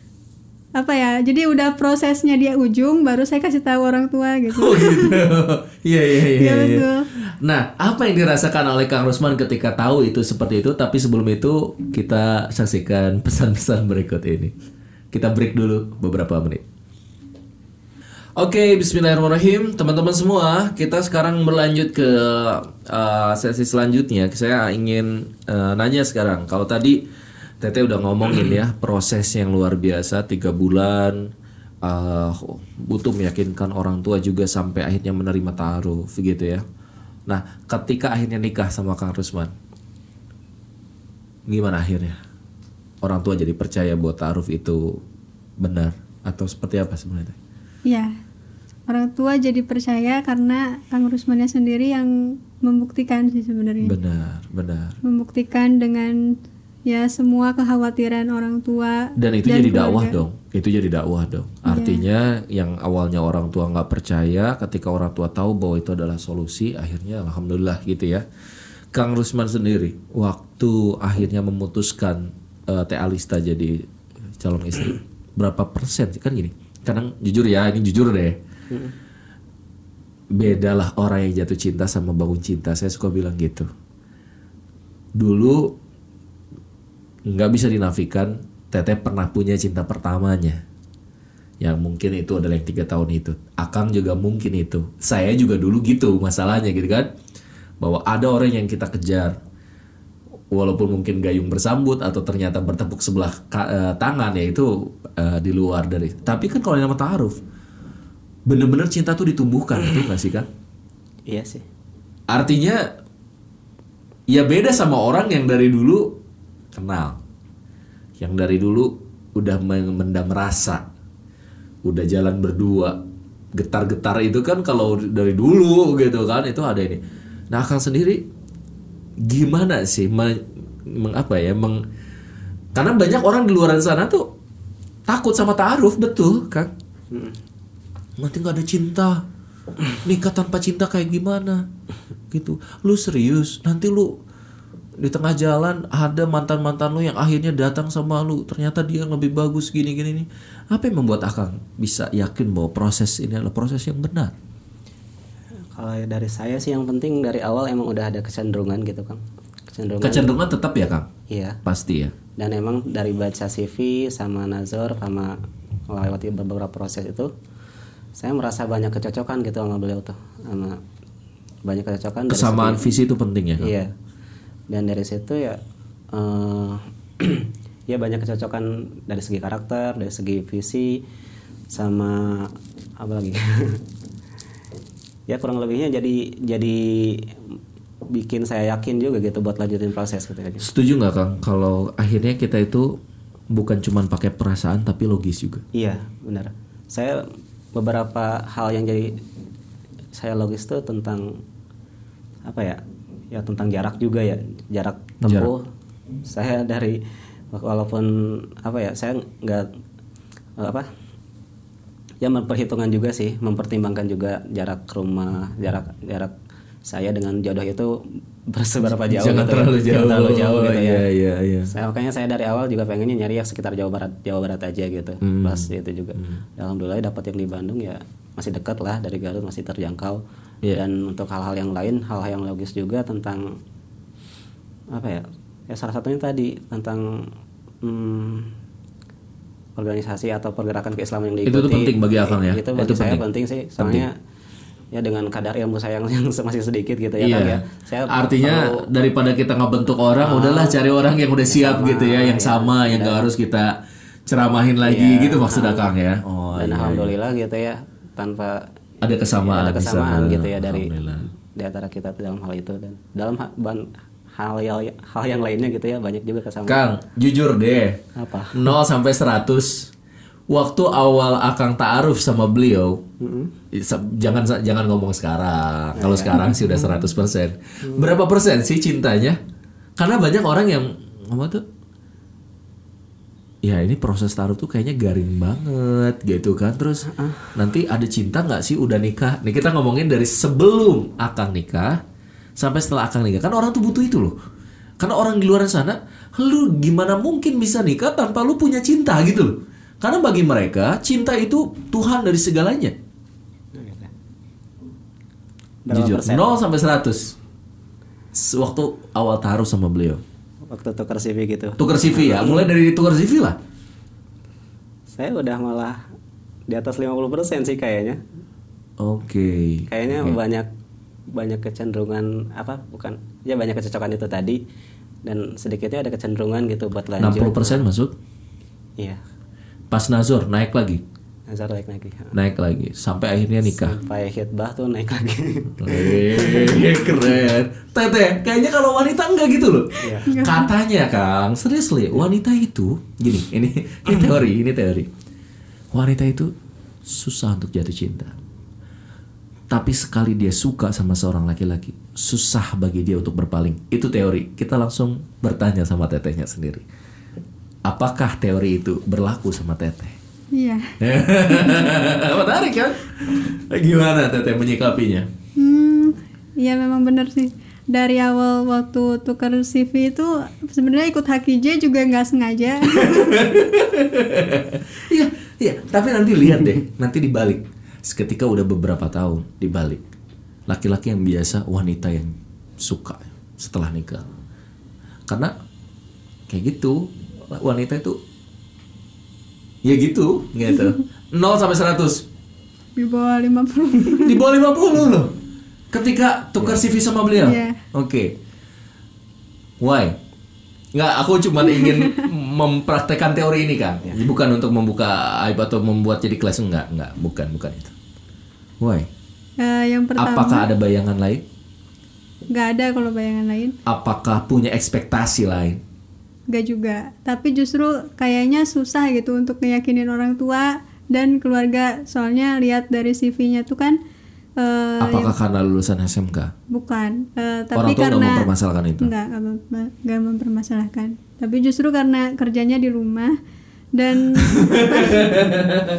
apa ya, jadi udah prosesnya dia ujung baru saya kasih tahu orang tua gitu. Oh gitu. Iya. Iya betul. Nah, apa yang dirasakan oleh Kang Rusman ketika tahu itu seperti itu? Tapi sebelum itu kita saksikan pesan-pesan berikut ini. Kita break dulu beberapa menit. Oke, bismillahirrahmanirrahim. Teman-teman semua, kita sekarang berlanjut ke sesi selanjutnya. Saya ingin nanya sekarang. Kalau tadi Teteh udah ngomongin ya, proses yang luar biasa 3 bulan, butuh meyakinkan orang tua juga sampai akhirnya menerima ta'aruf gitu ya. Nah, ketika akhirnya nikah sama Kang Rusman, gimana akhirnya? Orang tua jadi percaya bahwa ta'aruf itu benar atau seperti apa sebenarnya? Iya. Orang tua jadi percaya karena Kang Rusmannya sendiri yang membuktikan sih sebenarnya. Benar. Membuktikan dengan ya semua kekhawatiran orang tua. Dan itu dan jadi keluarga. dakwah dong. Itu jadi dakwah dong. Artinya yang awalnya orang tua nggak percaya, ketika orang tua tahu bahwa itu adalah solusi, akhirnya alhamdulillah gitu ya. Kang Rusman sendiri, waktu akhirnya memutuskan Teh Alista jadi calon istri, berapa persen sih? Kan gini, kadang jujur ya, ini jujur deh. Bedalah orang yang jatuh cinta sama bangun cinta. Saya suka bilang gitu. Dulu nggak bisa dinafikan, Teteh pernah punya cinta pertamanya, yang mungkin itu adalah yang 3 tahun itu. Akang juga mungkin itu. Saya juga dulu gitu masalahnya gitu kan, bahwa ada orang yang kita kejar, walaupun mungkin gayung bersambut atau ternyata bertepuk sebelah tangan, ya itu di luar dari. Tapi kan kalau yang nama ta'aruf, bener-bener cinta tuh ditumbuhkan, itu nggak sih kan? Iya sih. Artinya ya beda sama orang yang dari dulu kenal, yang dari dulu udah mendam rasa, udah jalan berdua, getar-getar itu kan kalau dari dulu gitu kan, itu ada ini. Nah, Kang sendiri gimana sih karena banyak orang di luar sana tuh takut sama ta'aruf, betul Kang? Nanti nggak ada cinta, nikah tanpa cinta kayak gimana gitu. Lu serius, nanti lu di tengah jalan ada mantan-mantan lu yang akhirnya datang sama lu, ternyata dia lebih bagus gini-gini nih. Apa yang membuat Akang bisa yakin bahwa proses ini adalah proses yang benar? Kalau dari saya sih yang penting dari awal emang udah ada kecenderungan gitu Kang. Kecenderungan tetap ya Kang? Iya. Pasti ya. Dan emang dari baca CV sama nazar sama melewati beberapa proses itu, saya merasa banyak kecocokan gitu sama beliau tuh, sama banyak kecocokan. Kesamaan visi itu penting ya Kang? Iya. Dan dari situ ya ya banyak kecocokan dari segi karakter, dari segi visi, sama apa lagi? Ya kurang lebihnya jadi bikin saya yakin juga gitu buat lanjutin proses gitu aja. Setuju nggak Kang kalau akhirnya kita itu bukan cuma pakai perasaan tapi logis juga? Iya benar. Saya beberapa hal yang jadi saya logis tuh tentang apa ya? Ya tentang jarak juga ya, jarak tempuh. Saya dari walaupun apa ya, saya nggak apa ya memperhitungkan juga sih, mempertimbangkan juga jarak rumah, jarak saya dengan jodoh itu berseberapa jauh. Jangan gitu terlalu ya. jauh. Jangan terlalu jauh gitu ya. Iya. Makanya saya dari awal juga pengennya nyari yang sekitar Jawa Barat aja gitu. Pas itu juga. Alhamdulillah dapat yang di Bandung ya masih dekat lah, dari Garut masih terjangkau. Dan untuk hal-hal yang lain, hal-hal yang logis juga tentang apa ya? Ya salah satunya tadi tentang organisasi atau pergerakan keislaman yang diikuti. Itu tuh penting bagi Akang ya. Itu bagi saya penting sih, soalnya ya dengan kadar ilmu saya yang masih sedikit gitu ya Kang ya. Saya artinya daripada kita ngebentuk orang, udahlah cari orang yang udah siap gitu ya, yang sama, yang gak harus kita ceramahin lagi gitu maksud Akang ya. Dan alhamdulillah gitu ya, tanpa ada kesamaan gitu ya dari di antara kita dalam hal itu, dan dalam hal yang lainnya gitu ya banyak juga kesamaan. Kang, jujur deh. Apa? 0 sampai 100. Waktu awal Akang ta'aruf sama beliau, jangan ngomong sekarang. Kalau sekarang sih udah 100%. Berapa persen sih cintanya? Karena banyak orang yang ngomong tuh, ya ini proses ta'aruf tuh kayaknya garing banget gitu kan. Terus nanti ada cinta nggak sih udah nikah? Nih kita ngomongin dari sebelum Akang nikah sampai setelah Akang nikah. Kan orang tuh butuh itu loh. Karena orang di luar sana, lu gimana mungkin bisa nikah tanpa lu punya cinta gitu loh. Karena bagi mereka cinta itu Tuhan dari segalanya. Jujur 0 sampai 100. Waktu awal taruh sama beliau. Waktu tukar CV gitu. Tukar CV ya, mulai dari tukar CV lah. Saya udah malah di atas 50% sih kayaknya. Oke. Kayaknya banyak kecenderungan banyak kecocokan itu tadi, dan sedikitnya ada kecenderungan gitu buat lanjut. 60% masuk? Iya. Pas nazar naik lagi. Nazar naik lagi sampai akhirnya nikah. Sampai khitbah tuh naik lagi. Keren. Teteh, kayaknya kalau wanita enggak gitu loh. Iya. Katanya Kang, seriously, wanita itu gini, ini teori. Wanita itu susah untuk jatuh cinta. Tapi sekali dia suka sama seorang laki-laki, susah bagi dia untuk berpaling. Itu teori. Kita langsung bertanya sama tetehnya sendiri. Apakah teori itu berlaku sama teteh? Iya. Menarik kan? Gimana teteh menyikapinya? Iya memang benar sih. Dari awal waktu tukar CV itu sebenarnya ikut HKJ juga nggak sengaja. Iya. Tapi nanti lihat deh, nanti dibalik. Seketika udah beberapa tahun dibalik, laki-laki yang biasa, wanita yang suka setelah nikah. Karena kayak gitu. Wanita itu ya gitu 0 sampai 100 Di bawah 50. Di bawah 50 loh ketika tukar CV sama beliau. Oke. Why? Nggak, aku cuma ingin mempraktekkan teori ini kan. Bukan untuk membuka aib atau membuat jadi kelas. Enggak, bukan itu. Why? Yang pertama, apakah ada bayangan lain? Nggak ada kalau bayangan lain. Apakah punya ekspektasi lain? Gak juga, tapi justru kayaknya susah gitu untuk meyakinin orang tua dan keluarga. Soalnya lihat dari CV-nya tuh kan apakah karena lulusan SMK? Bukan, tapi orang tua karena nggak mempermasalahkan itu? Nggak mempermasalahkan, tapi justru karena kerjanya di rumah dan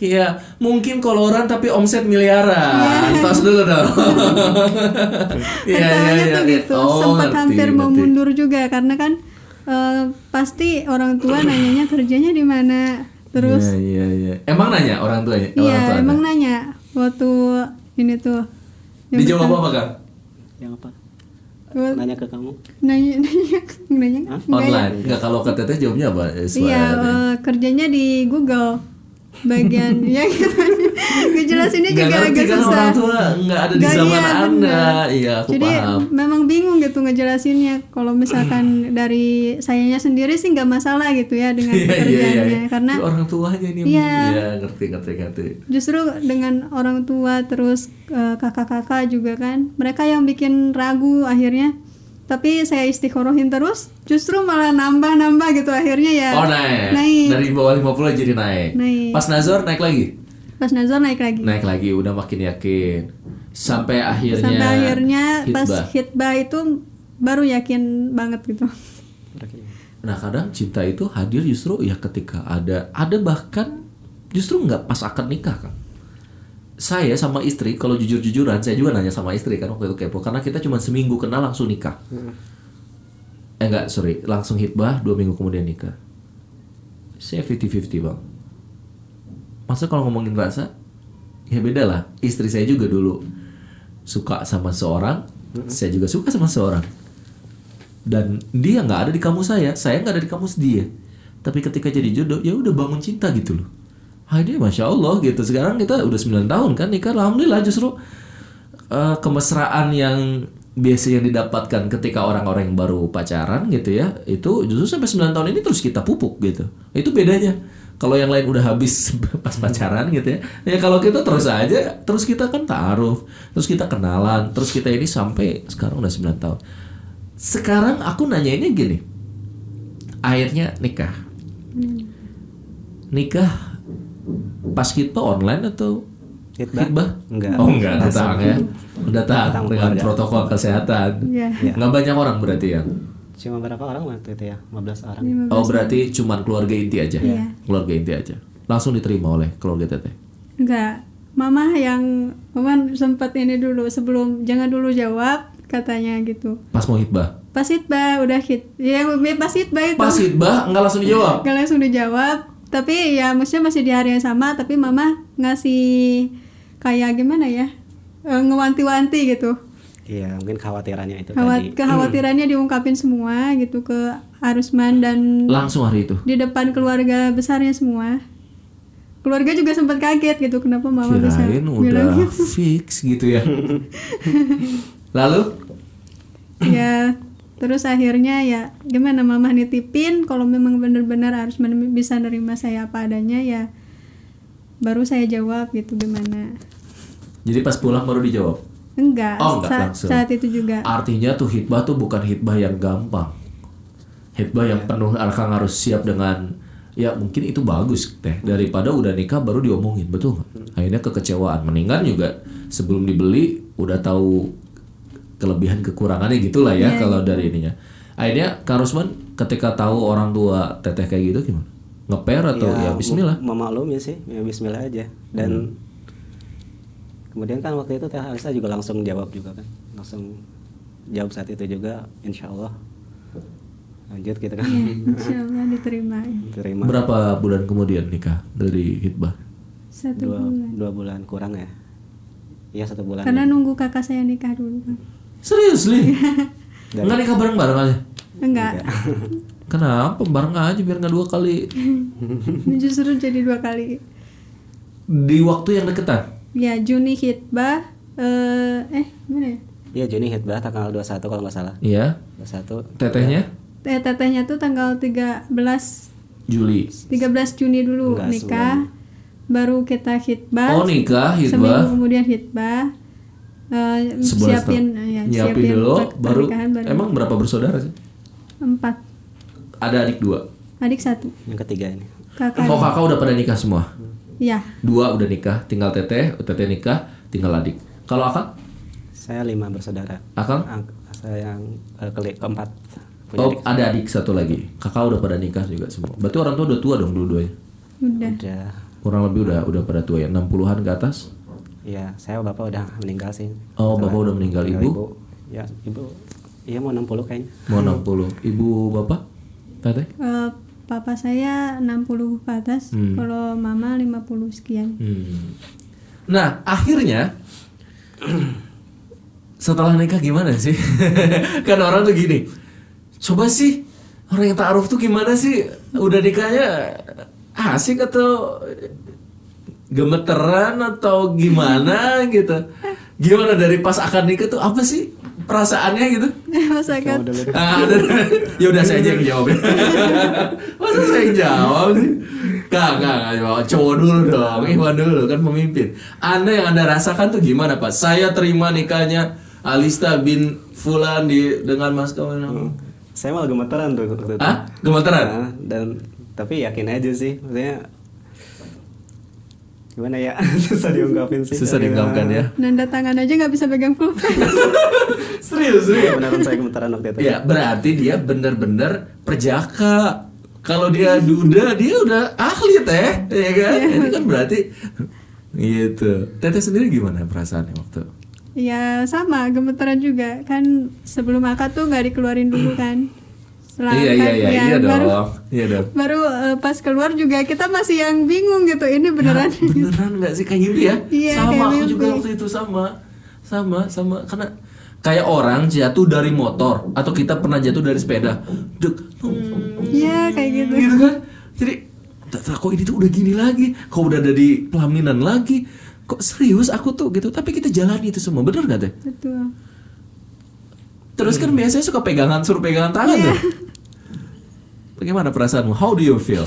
Iya, mungkin koloran tapi omset miliaran. Tos dulu dong. Iya, Pertamanya tuh gitu, sempat ngerti, hampir mau ngerti. mundur juga karena kan pasti orang tua nanyanya kerjanya di mana. Terus Iya. Emang nanya orang tuanya? iya Orang tua emang Anda? nanya waktu ini tuh. yang Dijawab pertama- apa, Kang? Yang apa? Wat- Nanya ke kamu. nanya enggak ya? Online. Enggak, kalau ke teteh jawabnya apa? Iya, kerjanya di Google bagian ya gitu. Ngejelasinnya Nggak juga ngerti agak kan susah. orang tua nggak ada di Nggak, zaman iya, Anda. bener. Iya, aku Jadi paham. memang bingung gitu ngejelasinnya. Kalau misalkan dari sayanya sendiri sih nggak masalah gitu ya dengan pekerjaannya, karena Itu orang tuanya ini. Iya. Iya, ngerti. justru dengan orang tua terus kakak-kakak juga kan, mereka yang bikin ragu akhirnya. Tapi saya istiqorohin terus, justru malah nambah gitu akhirnya ya. Oh, naik. Dari bawah 50 jadi naik. Naik. Pas Nazar naik lagi. Pas Nazar naik lagi. Naik lagi, udah makin yakin. Sampai akhirnya pas hitbah. hitbah itu baru yakin banget gitu. Nah, kadang cinta itu hadir justru ya ketika ada bahkan justru nggak pas akad nikah, kan. Saya sama istri, kalau jujur-jujuran, saya juga nanya sama istri kan waktu itu kepo, karena kita cuma seminggu kenal langsung nikah. Langsung hitbah 2 minggu kemudian nikah. Saya 50-50 bang. Masa kalau ngomongin rasa, ya beda lah. Istri saya juga dulu suka sama seorang, saya juga suka sama seorang. Dan dia nggak ada di kamus saya nggak ada di kamus dia. Tapi ketika jadi jodoh, ya udah bangun cinta gitu loh. Dia Masya Allah gitu. Sekarang kita udah 9 tahun kan nikah. Alhamdulillah justru kemesraan yang biasa yang didapatkan ketika orang-orang yang baru pacaran gitu ya, itu justru sampai 9 tahun ini terus kita pupuk gitu. Itu bedanya. Kalau yang lain udah habis pas pacaran gitu ya. Ya kalau kita terus aja, terus kita kan ta'aruf, terus kita kenalan, terus kita ini sampai sekarang udah 9 tahun. Sekarang aku nanyainnya gini. Akhirnya nikah. Nikah pas hitbah online atau hitbah? Enggak. Oh enggak, datang ya. Datang Datang dengan keluarga. protokol kesehatan. Iya. Ya. Nggak banyak orang berarti ya? Cuma berapa orang waktu itu ya? 15 orang. 15 Oh berarti cuman keluarga inti aja? Iya. Keluarga inti aja. Langsung diterima oleh keluarga teteh? Enggak. Mama sempat ini dulu sebelum jangan dulu jawab katanya gitu. Pas mau hitbah? Pas hitbah udah ya pas hitbah itu. Pas hitbah nggak langsung dijawab? Nggak langsung dijawab. Tapi ya maksudnya masih di hari yang sama, tapi mama ngasih kayak gimana ya? Ngewanti-wanti gitu. Iya, mungkin khawatirannya itu tadi. Kekhawatirannya diungkapin semua gitu ke Arusman dan Langsung hari itu? di depan keluarga besarnya semua. Keluarga juga sempat kaget gitu, kenapa mama bisa Kirain bilang udah gitu. fix gitu ya. Lalu? Ya terus akhirnya ya gimana mama nitipin kalau memang benar-benar harus bisa nerima saya apa adanya ya baru saya jawab gitu gimana. Jadi pas pulang baru dijawab? Enggak, Oh, enggak langsung. saat itu juga. Artinya tuh hitbah tuh bukan hitbah yang gampang. Hitbah yang penuh Kang harus siap dengan, ya mungkin itu bagus teh, daripada udah nikah baru diomongin, betul nggak? Akhirnya kekecewaan. Mendingan juga sebelum dibeli udah tahu kelebihan kekurangannya gitulah ya kalau dari ininya. Akhirnya Kang Rusman ketika tahu orang tua teteh kayak gitu gimana? Ngeper atau ya bismillah? Memaklumi sih, ya bismillah aja. Dan kemudian kan waktu itu Teh Alisa juga langsung jawab juga kan. Langsung jawab saat itu juga, insya Allah lanjut gitu kan. Insya Allah diterima. Terima. Berapa bulan kemudian nikah dari hitbah? 1 bulan. 2 bulan kurang ya. Iya 1 bulan. Karena nunggu kakak saya nikah dulu kan. Serius li? Nggak nikah bareng-bareng aja? Enggak. Kenapa? Bareng aja biar nggak 2 kali. Justru jadi 2 kali. Di waktu yang deketan? Ya Juni hitbah gimana ya? Iya Juni hitbah tanggal 21 kalau nggak salah. Iya. 21. Tetehnya? Tetehnya tuh tanggal 13 Juli. 13 Juni dulu Enggak, nikah. Baru kita hitbah. Oh nikah, Seminggu hitbah. kemudian hitbah. Sebulan nyiapin dulu, baru. pernikahan Emang berapa bersaudara sih? 4. Ada adik 2. Adik 1. Yang ketiga ini. Kakak. Oh kakak udah pada nikah semua? Ya. 2 udah nikah, tinggal teteh nikah, tinggal adik. Kalau akang? Saya 5 bersaudara. Akang? Saya yang keempat. Punya Oh adik. ada adik 1 lagi. Kakak udah pada nikah juga semua. Berarti orang tua udah tua dong dua-duanya. Udah. Udah. kurang lebih udah pada tua ya, 60-an ke atas. Iya, saya bapak udah meninggal sih. Oh, bapak udah meninggal. Ibu? Ya, ibu. Iya mau 60 kayaknya. Mau 60. Ibu bapak? Teteh? Papa saya 60 ke atas, kalau mama 50 sekian. Nah, akhirnya setelah nikah gimana sih? Kan orang tuh gini, coba sih orang yang ta'aruf tuh gimana sih? Udah nikahnya asik atau gemeteran atau gimana gitu? Gimana dari pas akan nikah tuh apa sih perasaannya gitu? Masakan. Ya udah saya aja yang jawab ya. Masa saya yang jawab sih? Enggak, cowok dulu dong, Iwan dulu kan pemimpin. Anda yang Anda rasakan tuh gimana Pak? Saya terima nikahnya Alista bin Fulan dengan mas kawin. Saya malah gemeteran tuh waktu itu. Ah? Gemeteran? Nah, dan tapi yakin aja sih, maksudnya gimana ya, susah diungkapin sih. Susah diungkapkan ya. Nanda tangan aja nggak bisa pegang pulpen. Serius? Beneran saya gemeteran waktu itu. Ya berarti dia benar-benar perjaka. Kalau dia duda, dia udah ahli teh, ya kan? Ini kan berarti gitu. Teteh sendiri gimana perasaannya waktu? Ya sama, gemeteran juga kan. Sebelum akad tuh nggak dikeluarin dulu kan. Setelah akad, Iya baru, dong. Iya dong. Baru pas keluar juga kita masih yang bingung gitu. Ini beneran? Ya, beneran nggak sih kayak mimpi ya? Iya, Sama kayak aku mimpi. juga waktu itu sama karena kayak orang jatuh dari motor atau kita pernah jatuh dari sepeda. Iya kayak gitu. Gitu kan? Jadi kok ini tuh udah gini lagi, kok udah ada di pelaminan lagi, kok serius aku tuh gitu. Tapi kita jalani itu semua, bener gak teh? Betul. Terus kan biasanya suka suruh pegangan tangan tuh. Bagaimana perasaanmu? How do you feel?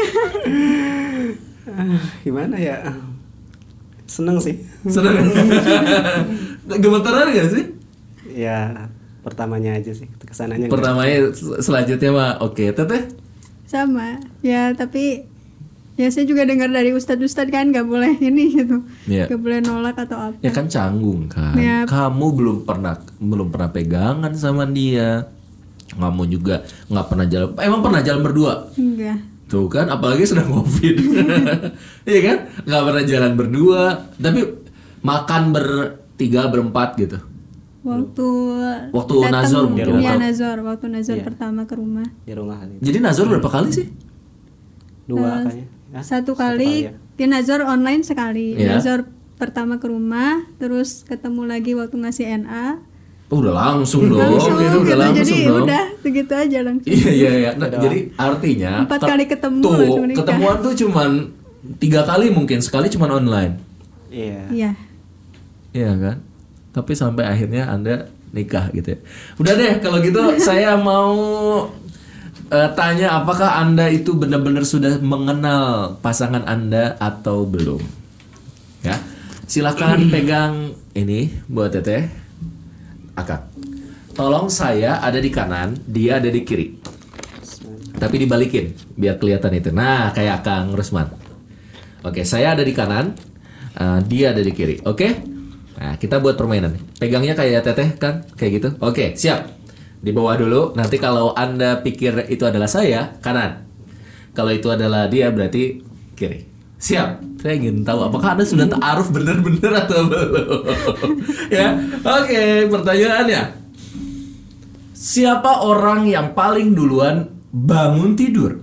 Gimana ya? Seneng sih. Seneng? Gemeteran gak sih? Ya pertamanya aja sih, kesananya. Pertamanya, selanjutnya mah oke. Teteh? Sama. Ya tapi ya saya juga dengar dari ustadz-ustadz kan nggak boleh ini gitu. Iya. Nggak boleh nolak atau apa. Ya kan canggung kan. Ya. Kamu belum pernah pegangan sama dia. Kamu juga nggak pernah jalan. Emang pernah jalan berdua? Enggak. Tuh kan, apalagi sedang COVID. Iya kan? Nggak pernah jalan berdua. Tapi makan bertiga, berempat gitu. Waktu datang, Nazor mungkin. Iya atau- Nazor. Waktu Nazor Iya. pertama ke rumah. Di rumah kali. Jadi Nazor berapa kali sih? 2 kayaknya. Hah? Satu kali, ya. ya Nazor online sekali. Iya. Nazor pertama ke rumah, terus ketemu lagi waktu ngasih NA. Oh, udah langsung dong. Langsung Itu udah gitu. langsung Jadi dong. udah segitu aja langsung. Iya. Nah, jadi artinya 4 kali ketemu tuh langsung nikah. ketemuan tuh cuman 3 kali mungkin, sekali cuman online. Iya. Iya. Iya kan? Tapi sampai akhirnya Anda nikah gitu ya. Udah deh kalau gitu saya mau tanya apakah Anda itu benar-benar sudah mengenal pasangan Anda atau belum? Ya. Silakan pegang ini buat Teteh. Akak. Tolong saya ada di kanan, dia ada di kiri. Tapi dibalikin biar kelihatan itu. Nah, kayak Kang Rusman. Oke, saya ada di kanan, dia ada di kiri. Oke? Nah, kita buat permainan. Pegangnya kayak Teteh kan? Kayak gitu. Oke, siap. Di bawah dulu. Nanti kalau Anda pikir itu adalah saya, kanan. Kalau itu adalah dia berarti kiri. Siap. Saya ingin tahu apakah Anda sudah ta'aruf benar-benar atau belum. Ya. Oke, pertanyaannya. Siapa orang yang paling duluan bangun tidur?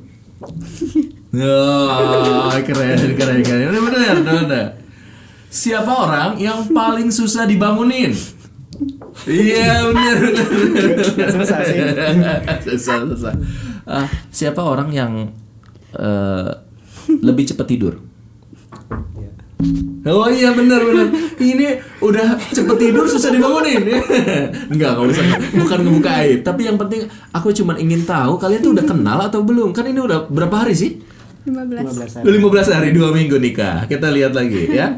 Oh, keren. Bener. Siapa orang yang paling susah dibangunin? Iya, bener. Susah sih. Susah. Siapa orang yang lebih cepat tidur? Oh iya benar. Ini udah cepet tidur susah dibangunin. Enggak usah. Bukan ngebuka aib. Tapi yang penting aku cuma ingin tahu kalian tuh udah kenal atau belum. Kan ini udah berapa hari sih? 15. 15 hari, 2 minggu nikah. Kita lihat lagi ya.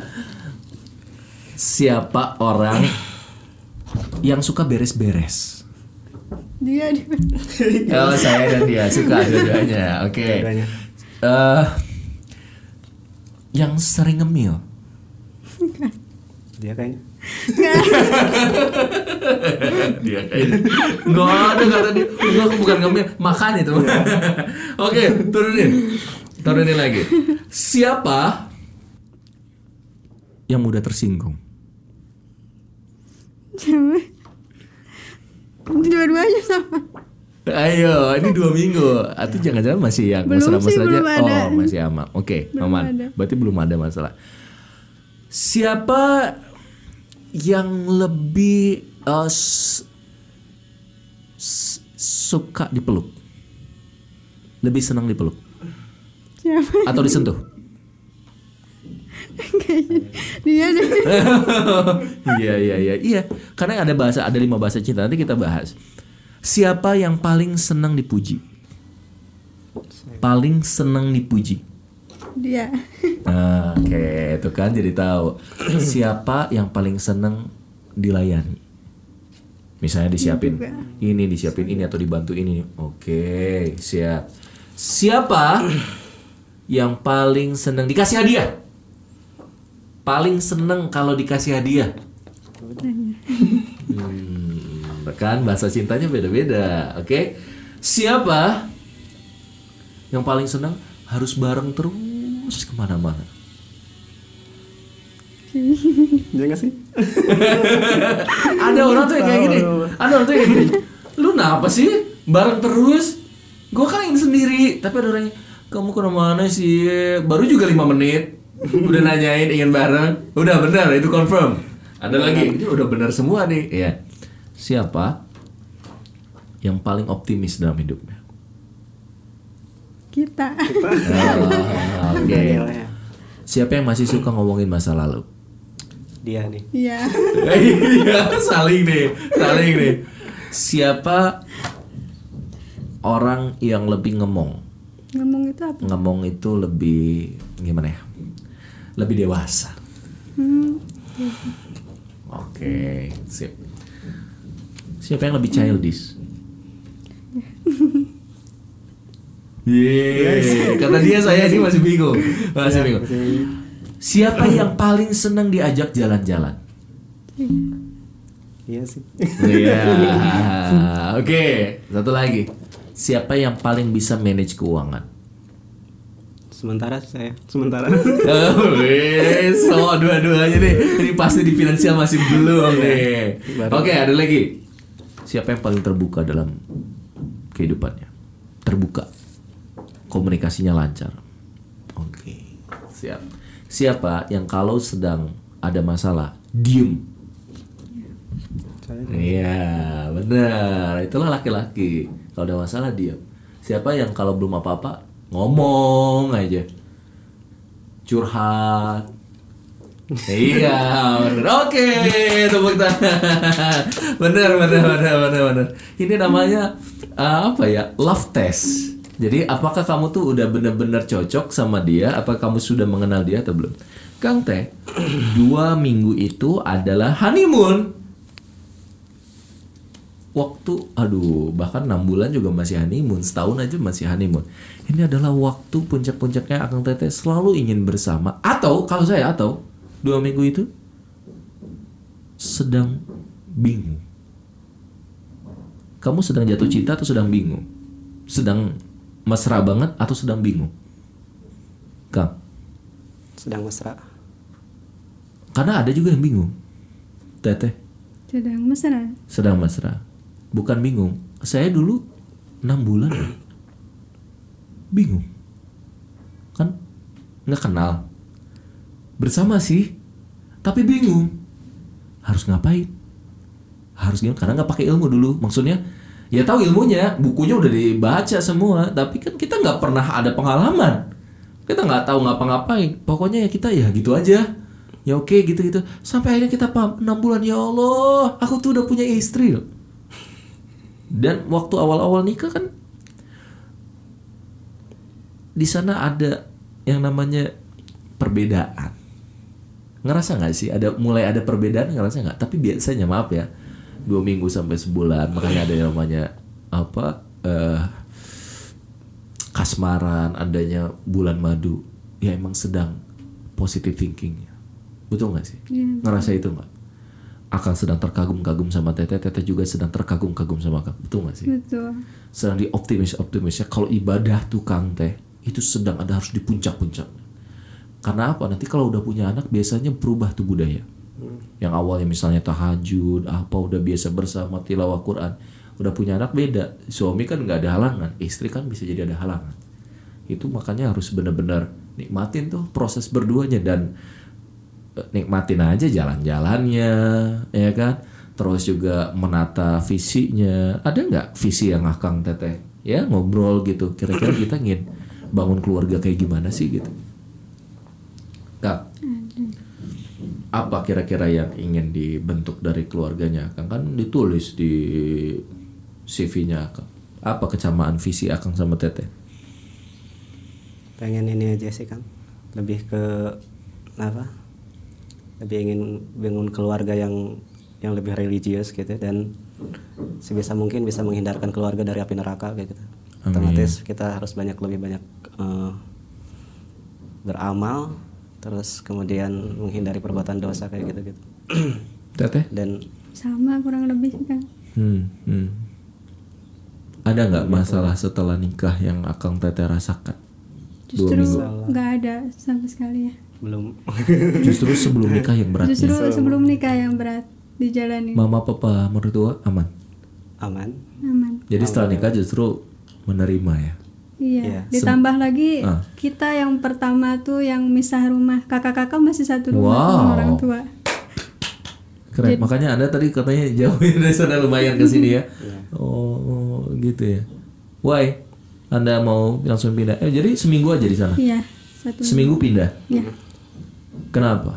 Siapa orang yang suka beres-beres? Dia. Oh, saya dan dia suka dua-duanya. Oke. Dua-duanya. Yang sering ngemil. Dia kayaknya. Dia kayaknya nggak ada kata dia. Enggak, aku bukan ngemil, makan itu. Oke, turunin. Taruh ini lagi. Siapa yang mudah tersinggung? Dua-duanya sama. Ayo, ini 2 minggu. Atau jangan-jangan masih yang Belum sih, mesra-mesra aja. belum ada. Oh, masih aman. Oke, Belum aman. ada. Berarti belum ada masalah. Siapa yang lebih suka dipeluk? Lebih senang dipeluk Siapa? atau disentuh? Dia deh. Iya. Karena ada 5 bahasa cinta, nanti kita bahas. Siapa yang paling senang dipuji? Paling senang dipuji. Dia. Oke, itu kan jadi tahu. Siapa yang paling senang dilayani? Misalnya disiapin ini, disiapin ini atau dibantu ini. Oke, siap. Siapa yang paling senang dikasih hadiah? Paling senang kalau dikasih hadiah. Kan bahasa cintanya beda-beda. Oke. Siapa yang paling senang harus bareng terus kemana-mana? Jangan sih. Ada orang tuh yang kayak gini. Ada orang tuh yang kayak gini. Lu kenapa sih bareng terus? Gue kan ingin sendiri. Tapi ada orangnya, kamu kemana sih? Baru juga 5 menit udah nanyain ingin bareng. Udah benar, itu confirm. Ada lagi, ini udah benar semua nih. Iya. Siapa yang paling optimis dalam hidupnya? Kita. Oke. Siapa yang masih suka ngomongin masa lalu? Dia nih. Iya. Iya, saling nih. Siapa orang yang lebih ngemong? Ngomong itu apa? Ngemong itu lebih gimana ya? Lebih dewasa. Oke, sip. Siapa yang lebih childish? Kata dia saya ini masih bingung. Siapa yang paling senang diajak jalan-jalan? Iya sih. Iya. Oke, satu lagi. Siapa yang paling bisa manage keuangan? Sementara. So dua-duanya nih. Ini pasti di finansial masih belum nih. Oke, ada lagi. Siapa yang paling terbuka dalam kehidupannya? Terbuka. Komunikasinya lancar. Oke, siap. Siapa yang kalau sedang ada masalah diem? Iya, benar. Itulah laki-laki. Kalau ada masalah diem. Siapa yang kalau belum apa-apa ngomong aja, curhat. Iya, benar. Oke, tepuk tangan. Benar. Ini namanya apa ya? Love test. Jadi apakah kamu tuh udah benar-benar cocok sama dia? Apakah kamu sudah mengenal dia atau belum? Kang Teh, 2 minggu itu adalah honeymoon. Bahkan 6 bulan juga masih honeymoon, setahun aja masih honeymoon. Ini adalah waktu puncak-puncaknya Akang Teteh selalu ingin bersama. Atau 2 minggu itu sedang bingung. Kamu sedang jatuh cinta atau sedang bingung? Sedang mesra banget atau sedang bingung? Kang? Sedang mesra. Karena ada juga yang bingung. Teteh sedang mesra. Bukan bingung. Saya dulu 6 bulan bingung. Kan nggak kenal. Bersama sih, tapi bingung. Harus ngapain? Harus gimana? Karena nggak pakai ilmu dulu. Maksudnya, ya tahu ilmunya, bukunya udah dibaca semua, tapi kan kita nggak pernah ada pengalaman. Kita nggak tahu ngapa-ngapain. Pokoknya ya kita ya gitu aja. Ya oke gitu-gitu. Sampai akhirnya kita paham 6 bulan, ya Allah, aku tuh udah punya istri loh. Dan waktu awal-awal nikah kan di sana ada yang namanya perbedaan. Ngerasa nggak sih mulai ada perbedaan, ngerasa nggak? Tapi biasanya maaf ya, 2 minggu sampai sebulan, makanya ada yang namanya kasmaran, adanya bulan madu. Ya emang sedang positive thinking. Betul nggak sih? Ngerasa itu nggak? Akang sedang terkagum-kagum sama Teteh, Teteh juga sedang terkagum-kagum sama Akang. Betul nggak sih? Betul. Sedang di optimis-optimisnya. Kalau ibadah tuh Kang Teh, itu sedang ada harus di puncak-puncak. Karena apa? Nanti kalau udah punya anak biasanya berubah tuh budaya. Yang awalnya misalnya tahajud, apa udah biasa bersama tilawah Quran, udah punya anak beda. Suami kan nggak ada halangan, istri kan bisa jadi ada halangan. Itu makanya harus benar-benar nikmatin tuh proses berduanya dan nikmatin aja jalan-jalannya, ya kan? Terus juga menata visinya. Ada nggak visi yang Akang Teteh? Ya ngobrol gitu. Kira-kira kita ingin bangun keluarga kayak gimana sih gitu? Kak, apa kira-kira yang ingin dibentuk dari keluarganya Akang? Kan ditulis di CV-nya Akang. Apa kesamaan visi Akang sama Teteh? Pengen ini aja sih Kang, lebih ke apa? Lebih ingin bangun keluarga yang lebih religius gitu dan sebisa mungkin bisa menghindarkan keluarga dari api neraka kayak gitu. Otomatis kita harus lebih banyak beramal, terus kemudian menghindari perbuatan dosa kayak gitu. Teteh? Dan Sama kurang lebih sih Kang. Ada nggak masalah setelah nikah yang Akang Teteh rasakan? Justru nggak ada sama sekali ya. belum Justru sebelum nikah yang beratnya. Justru sebelum nikah yang berat dijalani. Mama papa mertua aman. aman. Jadi setelah nikah justru menerima ya. Iya. Ditambah lagi kita yang pertama tuh yang misah rumah. Kakak-kakak masih satu rumah sama orang tua. Keren. Makanya Anda tadi katanya jauh dari sana lumayan ke sini ya. Oh, gitu ya. Why? Anda mau langsung pindah? Jadi seminggu aja di sana. Iya. Seminggu pindah. Iya. Kenapa?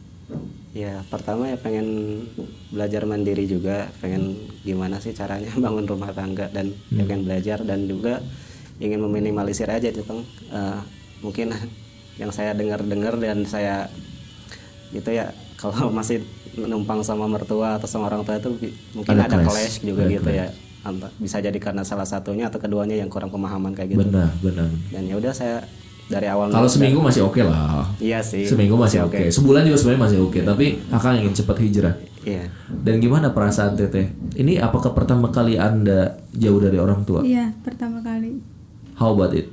Ya pertama ya pengen belajar mandiri juga, pengen gimana sih caranya bangun rumah tangga dan ya pengen belajar dan juga ingin meminimalisir aja itu Bang. Mungkin yang saya dengar dan saya gitu ya, kalau masih numpang sama mertua atau sama orang tua itu mungkin ada clash juga gitu ya. Bisa jadi karena salah satunya atau keduanya yang kurang pemahaman kayak gitu. Benar. Dan ya udah saya dari awal. Kalau seminggu masih oke lah. Iya sih. Seminggu masih oke. Sebulan juga sebenarnya masih oke. Tapi Akang ingin cepat hijrah. Iya. Dan gimana perasaan Teteh? Ini apakah pertama kali Anda jauh dari orang tua? Iya, pertama kali. How about it?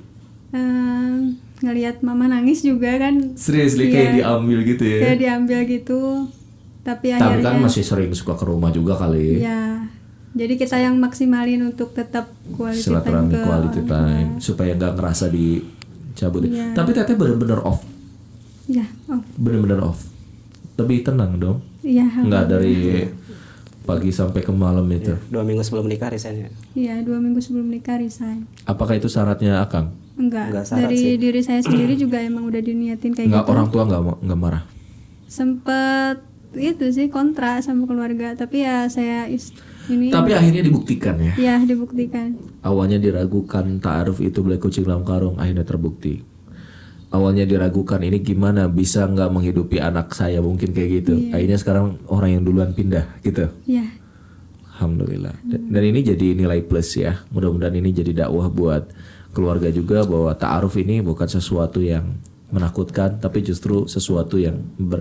Ngelihat mama nangis juga kan. Seriously kayak diambil gitu ya? Kayak diambil gitu. Tapi Tapi akhirnya. kan masih sering suka ke rumah juga kali. Iya. Jadi kita yang maksimalin untuk tetap silaturahmi quality time supaya nggak ngerasa dicabut. Tapi Teteh bener-bener off. Iya, off. Bener-bener off. Lebih tenang dong. Iya. Nggak dari pagi sampai ke malam itu. 2 minggu sebelum nikah resign ya. Iya, 2 minggu sebelum nikah resign. Apakah itu syaratnya Akang? Enggak dari diri saya sendiri juga emang udah diniatin kayak Nggak, gitu. orang tua nggak marah. Sempet itu sih kontra sama keluarga, tapi ya saya ini. Tapi akhirnya dibuktikan ya. Ya dibuktikan. Awalnya diragukan ta'aruf itu beli kucing dalam karung, akhirnya terbukti. Awalnya diragukan ini gimana bisa nggak menghidupi anak saya mungkin kayak gitu. Akhirnya sekarang orang yang duluan pindah gitu. Iya. Alhamdulillah. Dan ini jadi nilai plus ya. Mudah-mudahan ini jadi dakwah buat keluarga juga bahwa ta'aruf ini bukan sesuatu yang menakutkan, tapi justru sesuatu yang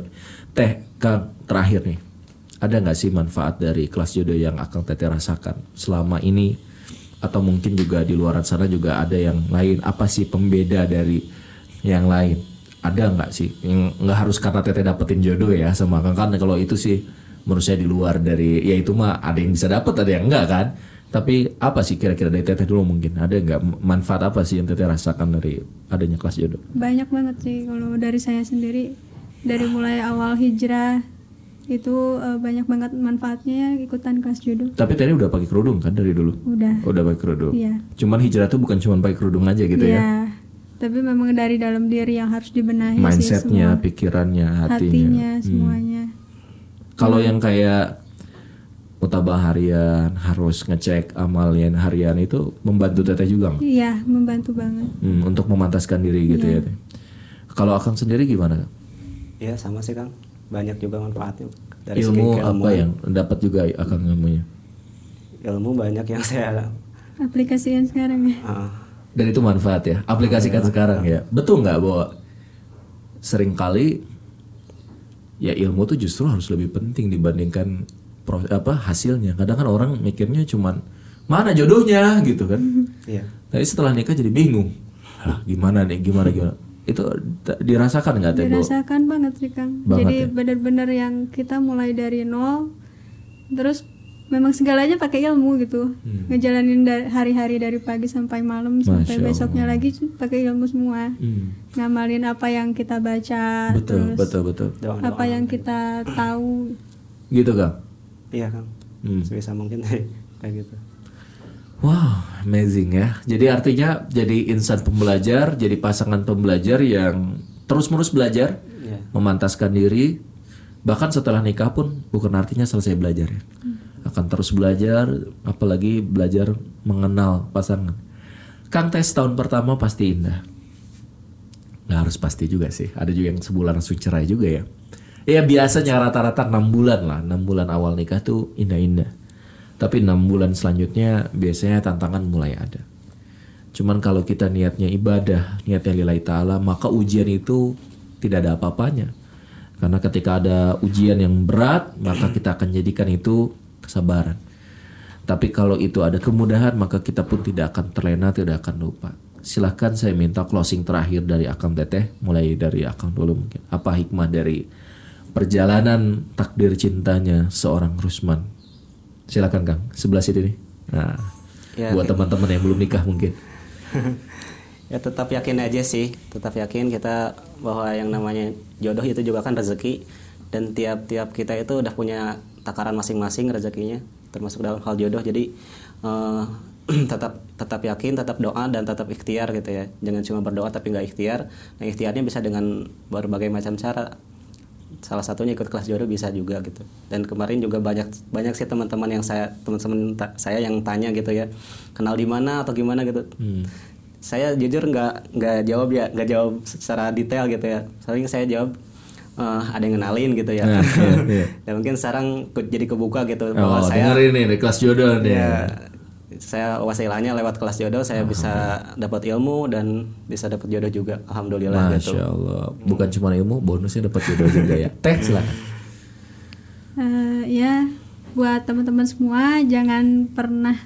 Teh Kang terakhir nih. Ada nggak sih manfaat dari kelas jodoh yang Akang Teteh rasakan selama ini? Atau mungkin juga di luar sana juga ada yang lain? Apa sih pembeda dari yang lain? Ada nggak sih? Nggak harus karena Teteh dapetin jodoh ya sama Akang, kan kalau itu sih menurut saya di luar dari, ya itu mah ada yang bisa dapet, ada yang enggak kan. Tapi apa sih kira-kira dari Teteh dulu mungkin? Ada nggak manfaat apa sih yang Teteh rasakan dari adanya kelas jodoh? Banyak banget sih kalau dari saya sendiri. Dari mulai awal hijrah itu banyak banget manfaatnya ya ikutan kelas jodoh. Tapi Teteh udah pakai kerudung kan dari dulu? Udah pakai kerudung. Iya. Cuman hijrah tuh bukan cuman pakai kerudung aja gitu ya? Iya. Tapi memang dari dalam diri yang harus dibenahi mindsetnya, sih semua. pikirannya, hatinya semuanya. Kalau yang kayak mutabah harian harus ngecek amalan harian itu membantu Teteh juga nggak? Iya, membantu banget. Untuk memantaskan diri gitu ya. Kalau Akang sendiri gimana? Iya sama sih Kang, banyak juga manfaatnya dari Ilmu segi apa yang dapat juga Akang ilmunya? Ilmu banyak yang saya Aplikasiin sekarang ya. Dan itu manfaat ya, aplikasikan sekarang ya. Betul nggak bahwa seringkali ya ilmu tuh justru harus lebih penting dibandingkan hasilnya. Kadang kan orang mikirnya cuman mana jodohnya gitu kan. Iya. Tapi setelah nikah jadi bingung. Lah, gimana nih? Gimana? Itu dirasakan nggak Teh? Dirasakan banget sih Kang. Banget, Jadi ya? benar-benar yang kita mulai dari nol, terus memang segalanya pakai ilmu gitu, ngejalanin hari-hari dari pagi sampai malam sampai Masya besoknya lagi pakai ilmu semua, ngamalin apa yang kita baca, Betul, terus betul. Doa-doa apa yang kita tahu. Gitu Kang. Iya Kang, sebisa mungkin kayak gitu. Wow, amazing ya. Jadi artinya jadi insan pembelajar, jadi pasangan pembelajar yang terus-menerus belajar, Iya. memantaskan diri, bahkan setelah nikah pun bukan artinya selesai belajar ya. Akan terus belajar, apalagi belajar mengenal pasangan. Kang, tes tahun pertama pasti indah. Nggak harus pasti juga sih. Ada juga yang sebulan langsung cerai juga ya. Ya biasanya rata-rata 6 bulan lah. 6 bulan awal nikah tuh indah-indah. Tapi 6 bulan selanjutnya biasanya tantangan mulai ada. Cuman kalau kita niatnya ibadah, niatnya lillahi ta'ala, maka ujian itu tidak ada apa-apanya. Karena ketika ada ujian yang berat, maka kita akan jadikan itu kesabaran. Tapi kalau itu ada kemudahan, maka kita pun tidak akan terlena, tidak akan lupa. Silahkan saya minta closing terakhir dari Akang Teteh, mulai dari Akang dulu mungkin. Apa hikmah dari perjalanan takdir cintanya seorang Rusman? Silakan Kang, sebelah situ nih. Nah, Ya, buat teman-teman yang belum nikah mungkin. Ya tetap yakin aja sih, tetap yakin kita bahwa yang namanya jodoh itu juga kan rezeki, dan tiap-tiap kita itu udah punya takaran masing-masing rezekinya, termasuk dalam hal jodoh. Jadi tetap yakin, tetap doa, dan tetap ikhtiar gitu ya. Jangan cuma berdoa tapi nggak ikhtiar. Nah, ikhtiarnya bisa dengan berbagai macam cara. Salah satunya ikut kelas jodoh bisa juga gitu. Dan kemarin juga banyak sih teman-teman saya yang tanya gitu ya, kenal di mana atau gimana gitu. Saya jujur nggak jawab secara detail gitu ya. Paling saya jawab ada yang kenalin gitu ya. Iya. Dan mungkin sekarang jadi kebuka gitu Oh, bahwa saya dengerin nih di kelas jodoh nih. ya, saya wasilahnya lewat kelas jodoh saya bisa dapat ilmu dan bisa dapat jodoh juga, alhamdulillah gitu. Masya Allah. Bukan cuma ilmu, bonusnya dapat jodoh juga ya. Teh silakan. Ya buat teman-teman semua jangan pernah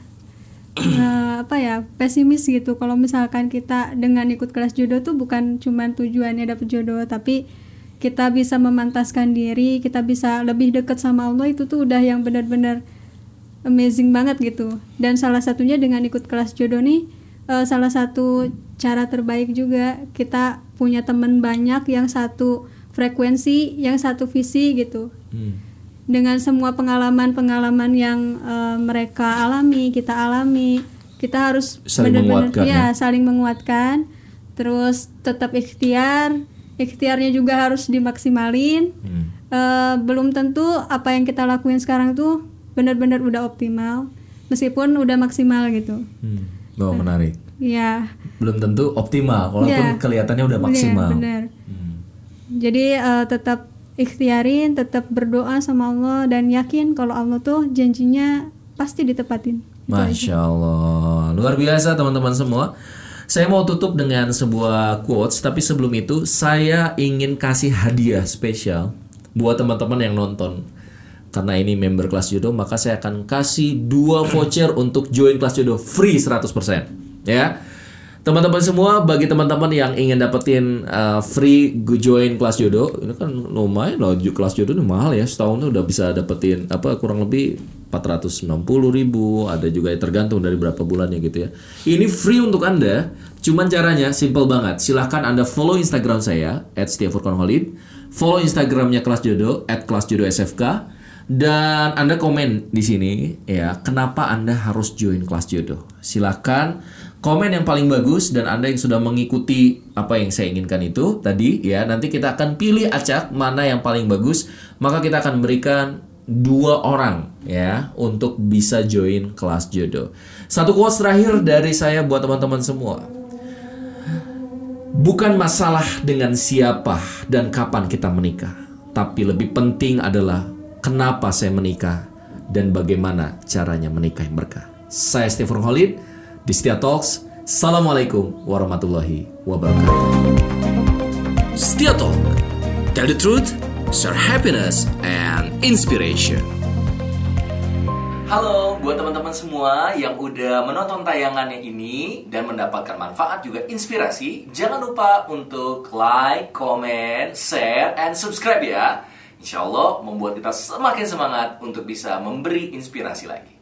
pesimis gitu. Kalau misalkan kita dengan ikut kelas jodoh tuh bukan cuma tujuannya dapat jodoh, tapi kita bisa memantaskan diri, kita bisa lebih dekat sama Allah, itu tuh udah yang benar-benar amazing banget gitu. Dan salah satunya dengan ikut kelas jodoh nih, salah satu cara terbaik juga, kita punya teman banyak yang satu frekuensi, yang satu visi gitu. Dengan semua pengalaman-pengalaman yang mereka alami, kita alami, kita harus Saling benar-benar menguatkan ya? saling menguatkan. Terus tetap ikhtiarnya juga harus dimaksimalin. Belum tentu apa yang kita lakuin sekarang tuh benar-benar udah optimal, meskipun udah maksimal gitu. Oh, menarik. Ya. Belum tentu optimal, walaupun kelihatannya udah maksimal. Benar. Jadi tetap ikhtiarin, tetap berdoa sama Allah, dan yakin kalau Allah tuh janjinya pasti ditepatin. Masya Allah, luar biasa teman-teman semua. Saya mau tutup dengan sebuah quotes, tapi sebelum itu saya ingin kasih hadiah spesial buat teman-teman yang nonton. Karena ini member kelas jodoh, maka saya akan kasih 2 voucher untuk join kelas jodoh free 100%. Ya. Teman-teman semua, bagi teman-teman yang ingin dapetin free join kelas jodoh, ini kan lumayan loh, kelas jodoh ini mahal ya, setahun tuh udah bisa dapetin kurang lebih 490.000, ada juga yang tergantung dari berapa bulannya gitu ya. Ini free untuk Anda, cuman caranya simple banget. Silahkan Anda follow Instagram saya @setiafurqanholid, follow Instagramnya kelas jodoh @kelasjodohsfk, dan Anda komen di sini ya, kenapa Anda harus join kelas jodoh. Silahkan komen yang paling bagus, dan Anda yang sudah mengikuti apa yang saya inginkan itu tadi ya, nanti kita akan pilih acak mana yang paling bagus, maka kita akan berikan 2 orang ya untuk bisa join kelas jodoh. Satu quotes terakhir dari saya buat teman-teman semua. Bukan masalah dengan siapa dan kapan kita menikah, tapi lebih penting adalah kenapa saya menikah dan bagaimana caranya menikah yang berkah. Saya Stephen Khalid di Setia Talks. Assalamualaikum warahmatullahi wabarakatuh. Setia Talk. Tell the truth, share happiness and inspiration. Halo buat teman-teman semua yang udah menonton tayangannya ini dan mendapatkan manfaat juga inspirasi. Jangan lupa untuk like, comment, share, and subscribe ya. Insya Allah membuat kita semakin semangat untuk bisa memberi inspirasi lagi.